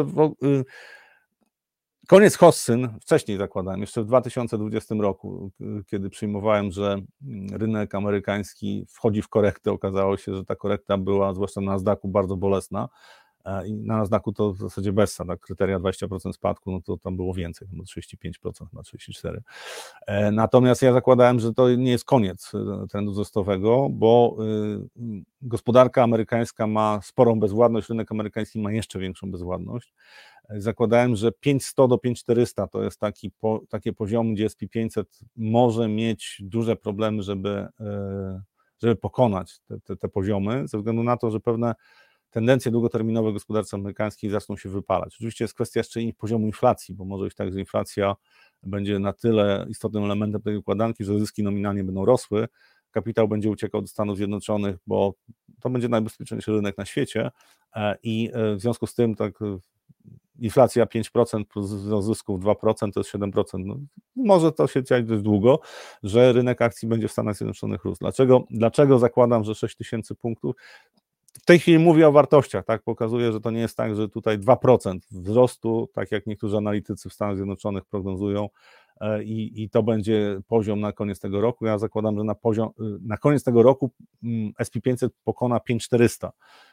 koniec hossyn, wcześniej zakładałem, jeszcze w 2020 roku, kiedy przyjmowałem, że rynek amerykański wchodzi w korektę, okazało się, że ta korekta była, zwłaszcza na Nasdaqu, bardzo bolesna. I na Nasdaqu to w zasadzie bessa, tak, kryteria 20% spadku, no to tam było więcej, no 35%, na 34%. Natomiast ja zakładałem, że to nie jest koniec trendu wzrostowego, bo gospodarka amerykańska ma sporą bezwładność, rynek amerykański ma jeszcze większą bezwładność. Zakładałem, że 5100 do 5400 to jest takie poziomy, gdzie S&P 500 może mieć duże problemy, żeby pokonać te poziomy, ze względu na to, że pewne tendencje długoterminowe gospodarce amerykańskiej zaczną się wypalać. Oczywiście jest kwestia jeszcze i poziomu inflacji, bo może być tak, że inflacja będzie na tyle istotnym elementem tej układanki, że zyski nominalnie będą rosły, kapitał będzie uciekał do Stanów Zjednoczonych, bo to będzie najbezpieczniejszy rynek na świecie i w związku z tym tak inflacja 5% plus zysków 2% to jest 7%. No, może to się dziać dość długo, że rynek akcji będzie w Stanach Zjednoczonych rósł. Dlaczego zakładam, że 6000 punktów? W tej chwili mówię o wartościach, tak? Pokazuję, że to nie jest tak, że tutaj 2% wzrostu, tak jak niektórzy analitycy w Stanach Zjednoczonych prognozują, i to będzie poziom na koniec tego roku. Ja zakładam, że na koniec tego roku S&P 500 pokona 5400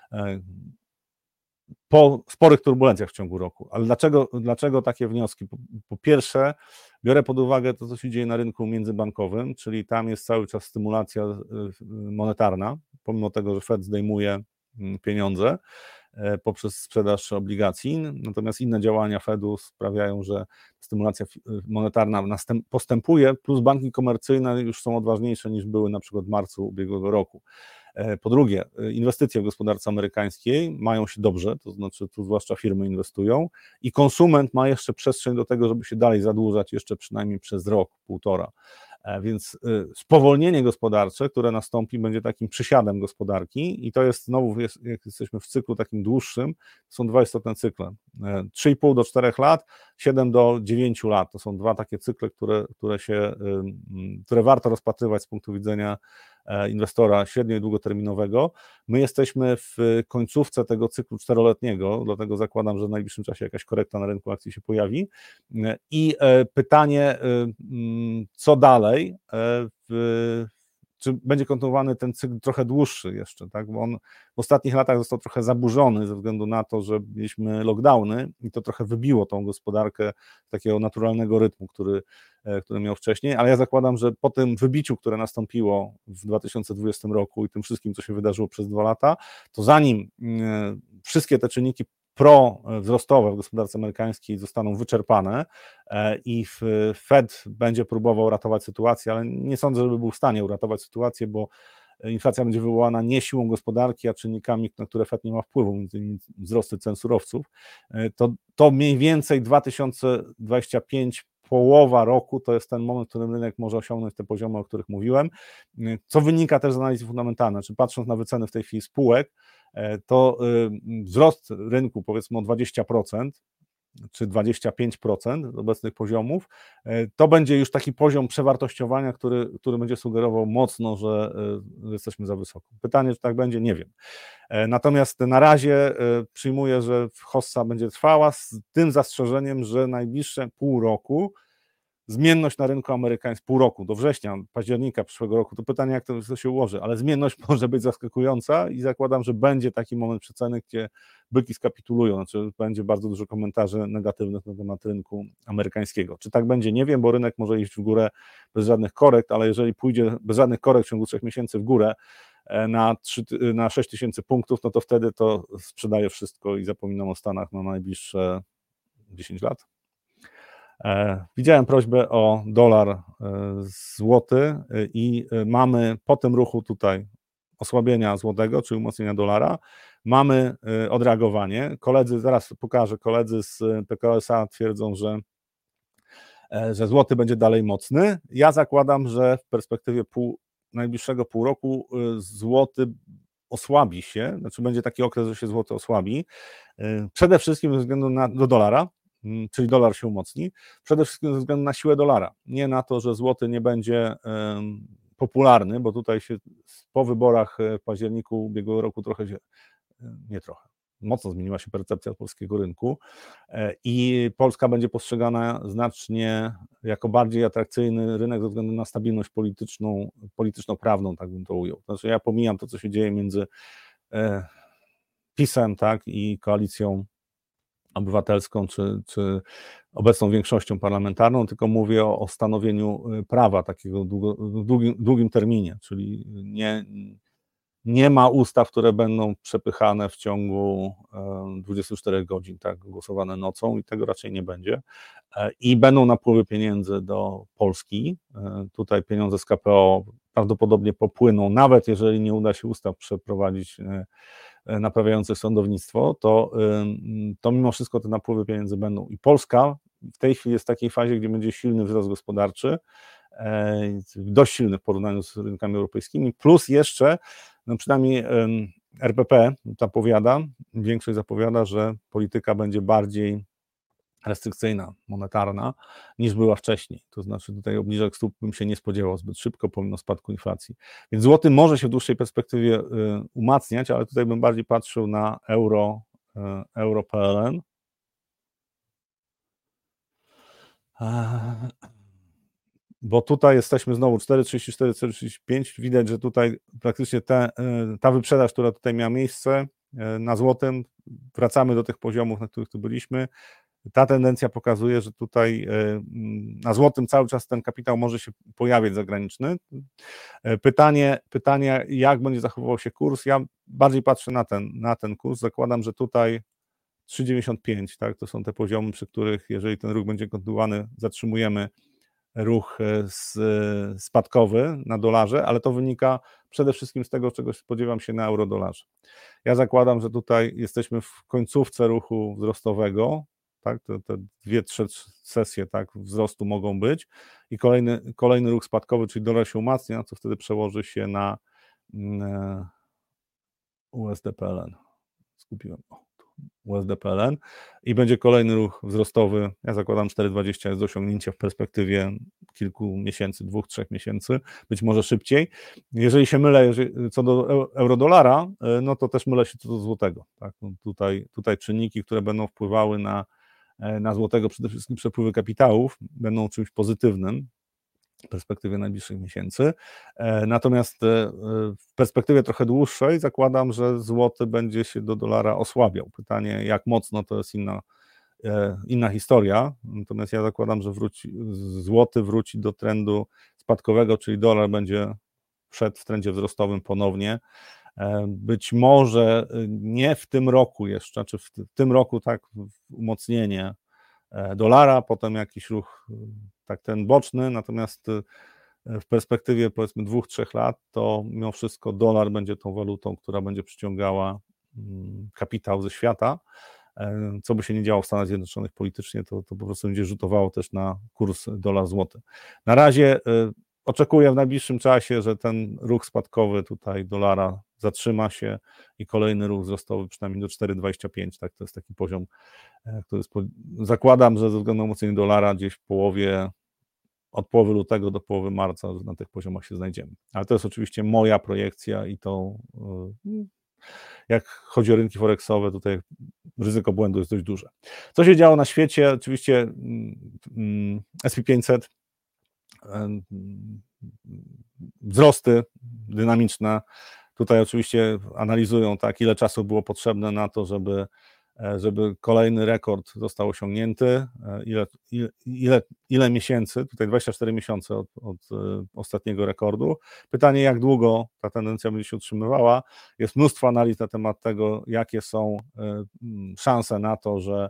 po sporych turbulencjach w ciągu roku. Ale dlaczego takie wnioski? Po pierwsze, biorę pod uwagę to, co się dzieje na rynku międzybankowym, czyli tam jest cały czas stymulacja monetarna, pomimo tego, że Fed zdejmuje pieniądze poprzez sprzedaż obligacji, natomiast inne działania Fedu sprawiają, że stymulacja monetarna postępuje, plus banki komercyjne już są odważniejsze niż były na przykład w marcu ubiegłego roku. Po drugie, inwestycje w gospodarce amerykańskiej mają się dobrze, to znaczy tu zwłaszcza firmy inwestują i konsument ma jeszcze przestrzeń do tego, żeby się dalej zadłużać jeszcze przynajmniej przez rok, półtora. Więc spowolnienie gospodarcze, które nastąpi, będzie takim przysiadem gospodarki i to jest znowu, jak jesteśmy w cyklu takim dłuższym, są dwa istotne cykle. 3,5 do 4 lat, 7 do 9 lat. To są dwa takie cykle, które warto rozpatrywać z punktu widzenia inwestora średnio- i długoterminowego. My jesteśmy w końcówce tego cyklu 4-letniego, dlatego zakładam, że w najbliższym czasie jakaś korekta na rynku akcji się pojawi. I pytanie, co dalej, czy będzie kontynuowany ten cykl trochę dłuższy jeszcze, tak? Bo on w ostatnich latach został trochę zaburzony ze względu na to, że mieliśmy lockdowny i to trochę wybiło tą gospodarkę z takiego naturalnego rytmu, który miał wcześniej, ale ja zakładam, że po tym wybiciu, które nastąpiło w 2020 roku i tym wszystkim, co się wydarzyło przez 2 lata, to zanim wszystkie te czynniki prowzrostowe w gospodarce amerykańskiej zostaną wyczerpane i Fed będzie próbował ratować sytuację, ale nie sądzę, żeby był w stanie uratować sytuację, bo inflacja będzie wywołana nie siłą gospodarki, a czynnikami, na które Fed nie ma wpływu, między innymi wzrosty cen surowców. To mniej więcej 2025, połowa roku, to jest ten moment, w którym rynek może osiągnąć te poziomy, o których mówiłem, co wynika też z analizy fundamentalnej. Czy patrząc na wyceny w tej chwili spółek, to wzrost rynku powiedzmy o 20%, czy 25% obecnych poziomów, to będzie już taki poziom przewartościowania, który będzie sugerował mocno, że jesteśmy za wysoko. Pytanie, czy tak będzie, nie wiem. Natomiast na razie przyjmuję, że hossa będzie trwała z tym zastrzeżeniem, że najbliższe pół roku zmienność na rynku amerykańskim, pół roku, do września, października przyszłego roku, to pytanie, jak to się ułoży, ale zmienność może być zaskakująca i zakładam, że będzie taki moment przeceny, gdzie byki skapitulują, znaczy będzie bardzo dużo komentarzy negatywnych na temat rynku amerykańskiego. Czy tak będzie, nie wiem, bo rynek może iść w górę bez żadnych korekt, ale jeżeli pójdzie bez żadnych korekt w ciągu 3 miesięcy w górę na 6000 punktów, no to wtedy to sprzedaje wszystko i zapominam o Stanach na najbliższe 10 lat. Widziałem prośbę o dolar złoty i mamy po tym ruchu tutaj osłabienia złotego, czy umocnienia dolara, mamy odreagowanie. Zaraz pokażę, koledzy z PKO SA twierdzą, że złoty będzie dalej mocny. Ja zakładam, że w perspektywie najbliższego pół roku złoty osłabi się, znaczy będzie taki okres, że się złoty osłabi, przede wszystkim ze względu do dolara, czyli dolar się umocni, przede wszystkim ze względu na siłę dolara, nie na to, że złoty nie będzie popularny, bo tutaj się po wyborach w październiku ubiegłego roku mocno zmieniła się percepcja polskiego rynku i Polska będzie postrzegana znacznie jako bardziej atrakcyjny rynek ze względu na stabilność polityczno-prawną, tak bym to ujął. Znaczy ja pomijam to, co się dzieje między PiS-em, tak, i Koalicją Obywatelską, czy obecną większością parlamentarną, tylko mówię o stanowieniu prawa takiego w długim terminie, czyli nie ma ustaw, które będą przepychane w ciągu 24 godzin, tak, głosowane nocą i tego raczej nie będzie. I będą napływy pieniędzy do Polski. Tutaj pieniądze z KPO prawdopodobnie popłyną, nawet jeżeli nie uda się ustaw przeprowadzić naprawiających sądownictwo, to mimo wszystko te napływy pieniędzy będą. I Polska w tej chwili jest w takiej fazie, gdzie będzie silny wzrost gospodarczy, dość silny w porównaniu z rynkami europejskimi, plus jeszcze, no przynajmniej RPP zapowiada, większość zapowiada, że polityka będzie bardziej restrykcyjna, monetarna, niż była wcześniej. To znaczy tutaj obniżek stóp bym się nie spodziewał zbyt szybko, pomimo spadku inflacji. Więc złoty może się w dłuższej perspektywie umacniać, ale tutaj bym bardziej patrzył na euro PLN. Bo tutaj jesteśmy znowu 4,34, 4,35. Widać, że tutaj praktycznie ta wyprzedaż, która tutaj miała miejsce na złotym, wracamy do tych poziomów, na których tu byliśmy. Ta tendencja pokazuje, że tutaj na złotym cały czas ten kapitał może się pojawiać zagraniczny. Pytanie, jak będzie zachowywał się kurs? Ja bardziej patrzę na ten kurs. Zakładam, że tutaj 3,95, tak? To są te poziomy, przy których, jeżeli ten ruch będzie kontynuowany, zatrzymujemy ruch spadkowy na dolarze, ale to wynika przede wszystkim z tego, czego spodziewam się na euro-dolarze. Ja zakładam, że tutaj jesteśmy w końcówce ruchu wzrostowego, tak, te 2-3 sesje tak, wzrostu mogą być i kolejny ruch spadkowy, czyli dolar się umacnia, co wtedy przełoży się na USD-PLN. Skupiłem. USD-PLN i będzie kolejny ruch wzrostowy, ja zakładam 4,20 jest do osiągnięcia w perspektywie kilku miesięcy, 2-3 miesięcy, być może szybciej. Jeżeli się mylę co do euro-dolara, no to też mylę się co do złotego. Tak? No tutaj czynniki, które będą wpływały na złotego, przede wszystkim przepływy kapitałów, będą czymś pozytywnym w perspektywie najbliższych miesięcy. Natomiast w perspektywie trochę dłuższej zakładam, że złoty będzie się do dolara osłabiał. Pytanie, jak mocno, to jest inna historia. Natomiast ja zakładam, że złoty wróci do trendu spadkowego, czyli dolar będzie szedł w trendzie wzrostowym ponownie. Być może nie w tym roku jeszcze, czy w tym roku tak umocnienie dolara, potem jakiś ruch tak ten boczny, natomiast w perspektywie powiedzmy 2-3 lat, to mimo wszystko dolar będzie tą walutą, która będzie przyciągała kapitał ze świata. Co by się nie działo w Stanach Zjednoczonych politycznie, to po prostu będzie rzutowało też na kurs dolar-złoty. Na razie oczekuję w najbliższym czasie, że ten ruch spadkowy tutaj dolara zatrzyma się i kolejny ruch wzrostowy przynajmniej do 4,25, tak, to jest taki poziom, który zakładam, że ze względu na umocnienie dolara gdzieś od połowy lutego do połowy marca na tych poziomach się znajdziemy. Ale to jest oczywiście moja projekcja i to jak chodzi o rynki forexowe, tutaj ryzyko błędu jest dość duże. Co się działo na świecie? Oczywiście S&P 500, wzrosty dynamiczne. Tutaj oczywiście analizują, tak, ile czasu było potrzebne na to, żeby kolejny rekord został osiągnięty, ile miesięcy, tutaj 24 miesiące od ostatniego rekordu. Pytanie, jak długo ta tendencja będzie się utrzymywała. Jest mnóstwo analiz na temat tego, jakie są szanse na to, że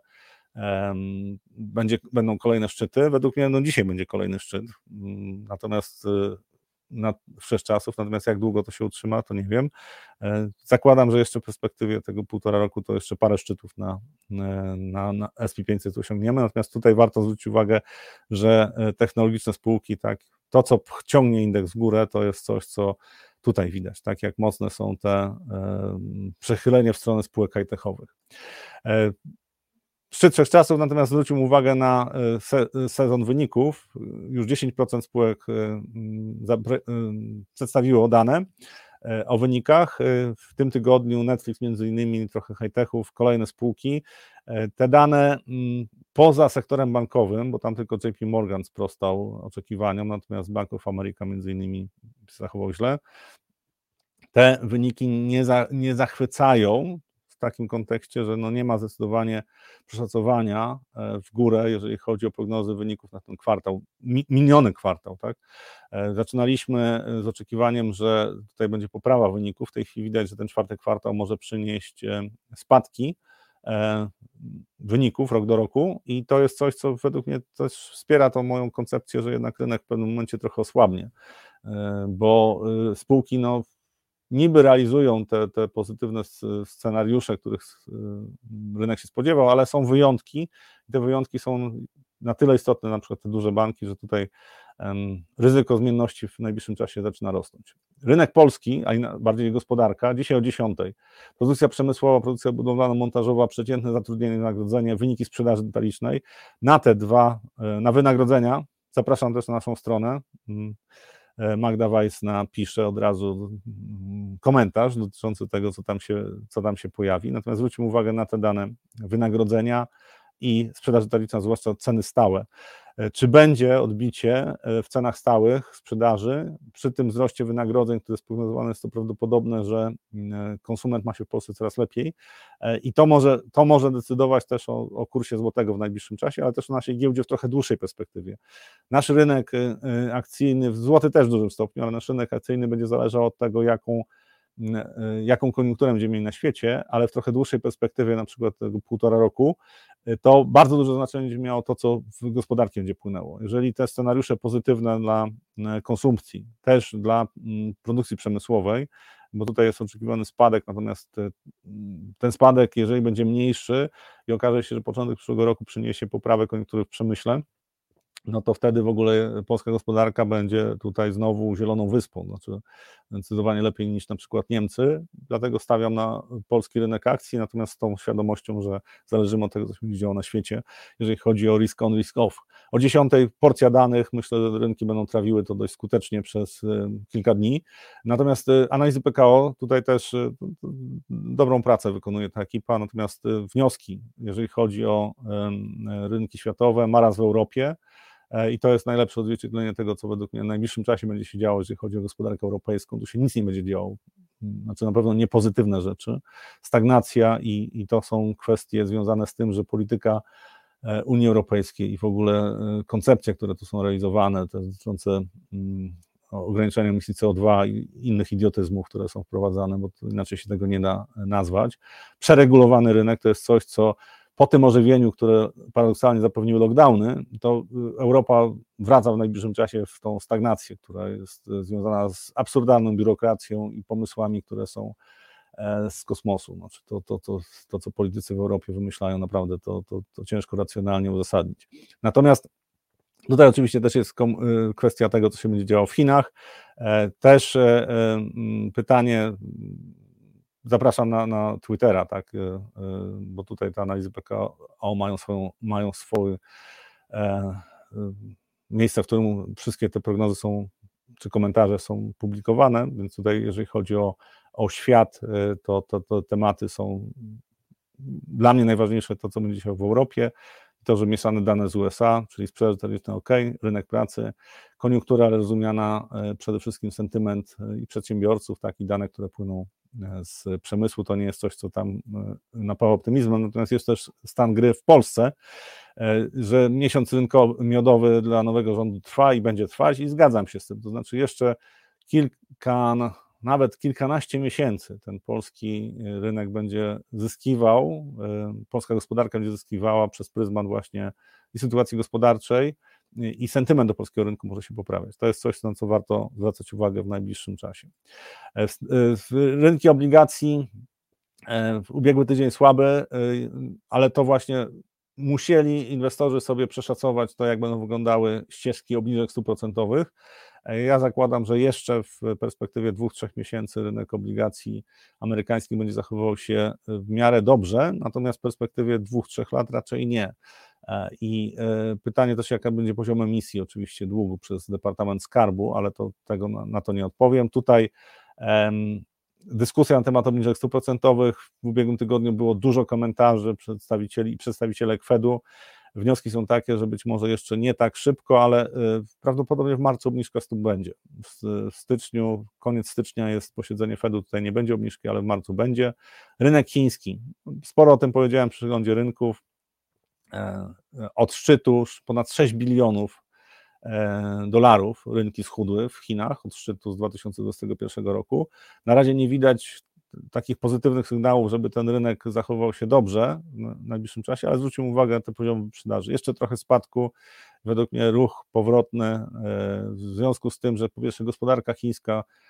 będą kolejne szczyty. Według mnie dzisiaj będzie kolejny szczyt, natomiast wszechczasów, natomiast jak długo to się utrzyma, to nie wiem. Zakładam, że jeszcze w perspektywie tego 1,5 roku to jeszcze parę szczytów na S&P 500 osiągniemy, natomiast tutaj warto zwrócić uwagę, że technologiczne spółki, tak, to co ciągnie indeks w górę, to jest coś, co tutaj widać, tak jak mocne są te przechylenie w stronę spółek high-techowych. Szczyt wszechczasów, natomiast zwrócił uwagę na sezon wyników. Już 10% spółek przedstawiło dane o wynikach. W tym tygodniu Netflix między innymi, trochę high-techów, kolejne spółki. Te dane poza sektorem bankowym, bo tam tylko JP Morgan sprostał oczekiwaniom, natomiast Bank of America między innymi zachował źle. Te wyniki nie zachwycają, w takim kontekście, że nie ma zdecydowanie przeszacowania w górę, jeżeli chodzi o prognozy wyników na ten kwartał, miniony kwartał. Tak? Zaczynaliśmy z oczekiwaniem, że tutaj będzie poprawa wyników. W tej chwili widać, że ten czwarty kwartał może przynieść spadki wyników rok do roku i to jest coś, co według mnie też wspiera tą moją koncepcję, że jednak rynek w pewnym momencie trochę osłabnie, bo spółki niby realizują te pozytywne scenariusze, których rynek się spodziewał, ale są wyjątki i te wyjątki są na tyle istotne, na przykład te duże banki, że tutaj ryzyko zmienności w najbliższym czasie zaczyna rosnąć. Rynek polski, a bardziej gospodarka, dzisiaj o 10:00. Produkcja przemysłowa, produkcja budowlano-montażowa, przeciętne zatrudnienie, wynagrodzenie, wyniki sprzedaży detalicznej. Na te dwa, na wynagrodzenia, zapraszam też na naszą stronę. Magda Weiss napisze od razu komentarz dotyczący tego, co tam się pojawi. Natomiast zwróćmy uwagę na te dane wynagrodzenia i sprzedaż detaliczna, zwłaszcza ceny stałe. Czy będzie odbicie w cenach stałych sprzedaży przy tym wzroście wynagrodzeń, które sprognozowane jest, to prawdopodobne, że konsument ma się w Polsce coraz lepiej i to może decydować też o kursie złotego w najbliższym czasie, ale też o naszej giełdzie w trochę dłuższej perspektywie. Nasz rynek akcyjny, złoty też w dużym stopniu, ale nasz rynek akcyjny będzie zależał od tego, jaką koniunkturę będziemy mieli na świecie, ale w trochę dłuższej perspektywie, na przykład tego 1,5 roku, to bardzo duże znaczenie będzie miało to, co w gospodarkę będzie płynęło. Jeżeli te scenariusze pozytywne dla konsumpcji, też dla produkcji przemysłowej, bo tutaj jest oczekiwany spadek, natomiast ten spadek, jeżeli będzie mniejszy i okaże się, że początek przyszłego roku przyniesie poprawę koniunktury w przemyśle, no to wtedy w ogóle polska gospodarka będzie tutaj znowu zieloną wyspą, znaczy zdecydowanie lepiej niż na przykład Niemcy, dlatego stawiam na polski rynek akcji, natomiast z tą świadomością, że zależymy od tego, co się będzie działo na świecie, jeżeli chodzi o risk on, risk off. O 10:00 porcja danych, myślę, że rynki będą trawiły to dość skutecznie przez kilka dni, natomiast analizy PKO, tutaj też dobrą pracę wykonuje ta ekipa, natomiast wnioski, jeżeli chodzi o rynki światowe, marazm w Europie, i to jest najlepsze odzwierciedlenie tego, co według mnie w najbliższym czasie będzie się działo, jeżeli chodzi o gospodarkę europejską. Tu się nic nie będzie działo, znaczy na pewno nie pozytywne rzeczy. Stagnacja i to są kwestie związane z tym, że polityka Unii Europejskiej i w ogóle koncepcje, które tu są realizowane, te dotyczące ograniczenia emisji CO2 i innych idiotyzmów, które są wprowadzane, bo inaczej się tego nie da nazwać. Przeregulowany rynek to jest coś, co po tym ożywieniu, które paradoksalnie zapewniły lockdowny, to Europa wraca w najbliższym czasie w tą stagnację, która jest związana z absurdalną biurokracją i pomysłami, które są z kosmosu. Znaczy to, co politycy w Europie wymyślają, naprawdę to ciężko racjonalnie uzasadnić. Natomiast tutaj oczywiście też jest kwestia tego, co się będzie działo w Chinach. Też pytanie, zapraszam na Twittera, tak, bo tutaj te analizy PKO mają swoje miejsce, w którym wszystkie te prognozy są, czy komentarze są publikowane, więc tutaj jeżeli chodzi o świat, to tematy są dla mnie najważniejsze, to co będzie się w Europie, to, że mieszane dane z USA, czyli sprzedaż detaliczna OK, rynek pracy, koniunktura rozumiana przede wszystkim sentyment i przedsiębiorców, tak, i dane, które płyną z przemysłu, to nie jest coś, co tam napawa optymizmem, natomiast jest też stan gry w Polsce, że miesiąc miodowy dla nowego rządu trwa i będzie trwać i zgadzam się z tym, to znaczy jeszcze nawet kilkanaście miesięcy ten polski rynek będzie zyskiwał, polska gospodarka będzie zyskiwała przez pryzmat właśnie i sytuacji gospodarczej, i sentyment do polskiego rynku może się poprawiać. To jest coś, na co warto zwracać uwagę w najbliższym czasie. Rynki obligacji w ubiegły tydzień słabe, ale to właśnie musieli inwestorzy sobie przeszacować to, jak będą wyglądały ścieżki obniżek stóp procentowych. Ja zakładam, że jeszcze w perspektywie 2-3 miesięcy rynek obligacji amerykańskich będzie zachowywał się w miarę dobrze, natomiast w perspektywie 2-3 lat raczej nie. I pytanie też, jaka będzie poziom emisji oczywiście długu przez Departament Skarbu, ale na to nie odpowiem. Tutaj dyskusja na temat obniżek stóp procentowych. W ubiegłym tygodniu było dużo komentarzy przedstawicieli i przedstawicielek Fedu. Wnioski są takie, że być może jeszcze nie tak szybko, ale prawdopodobnie w marcu obniżka stóp będzie. W styczniu, koniec stycznia jest posiedzenie Fedu, tutaj nie będzie obniżki, ale w marcu będzie. Rynek chiński. Sporo o tym powiedziałem przy przeglądzie rynków. Od szczytu ponad 6 bilionów dolarów rynki schudły w Chinach od szczytu z 2021 roku. Na razie nie widać takich pozytywnych sygnałów, żeby ten rynek zachował się dobrze w najbliższym czasie, ale zwróćmy uwagę na te poziomy wyprzedaży. Jeszcze trochę spadku, według mnie ruch powrotny w związku z tym, że po pierwsze gospodarka chińska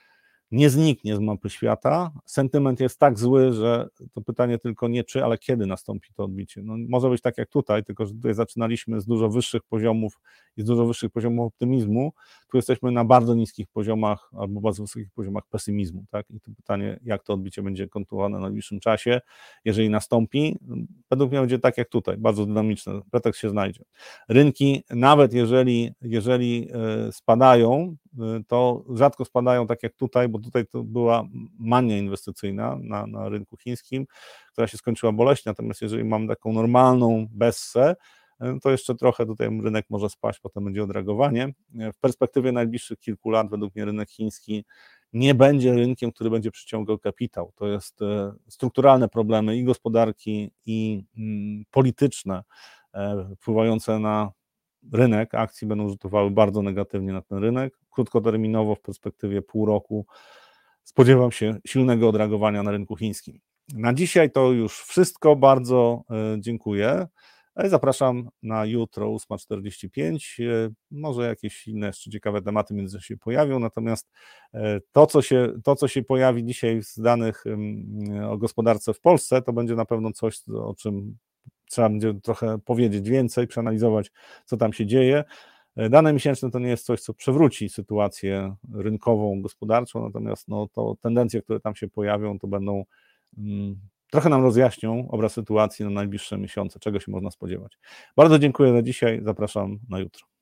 nie zniknie z mapy świata. Sentyment jest tak zły, że to pytanie tylko nie czy, ale kiedy nastąpi to odbicie. No, może być tak jak tutaj, tylko że tutaj zaczynaliśmy z dużo wyższych poziomów i z dużo wyższych poziomów optymizmu. Tu jesteśmy na bardzo niskich poziomach albo bardzo wysokich poziomach pesymizmu. Tak? I to pytanie, jak to odbicie będzie kontynuowane w najbliższym czasie, jeżeli nastąpi, według mnie będzie tak jak tutaj, bardzo dynamiczne, pretekst się znajdzie. Rynki, nawet jeżeli spadają, to rzadko spadają tak jak tutaj, bo tutaj to była mania inwestycyjna na rynku chińskim, która się skończyła boleśnie, natomiast jeżeli mamy taką normalną bessę, to jeszcze trochę tutaj rynek może spaść, potem będzie odreagowanie. W perspektywie najbliższych kilku lat według mnie rynek chiński nie będzie rynkiem, który będzie przyciągał kapitał. To jest strukturalne problemy i gospodarki, i polityczne wpływające na rynek akcji będą rzutowały bardzo negatywnie na ten rynek. Krótkoterminowo w perspektywie pół roku spodziewam się silnego odreagowania na rynku chińskim. Na dzisiaj to już wszystko. Bardzo dziękuję. Zapraszam na jutro 8:45. Może jakieś inne jeszcze ciekawe tematy między się pojawią, natomiast to, co się pojawi dzisiaj z danych o gospodarce w Polsce, to będzie na pewno coś, o czym trzeba będzie trochę powiedzieć więcej, przeanalizować, co tam się dzieje. Dane miesięczne to nie jest coś, co przewróci sytuację rynkową, gospodarczą, natomiast to tendencje, które tam się pojawią, to będą trochę nam rozjaśnią obraz sytuacji na najbliższe miesiące, czego się można spodziewać. Bardzo dziękuję za dzisiaj, zapraszam na jutro.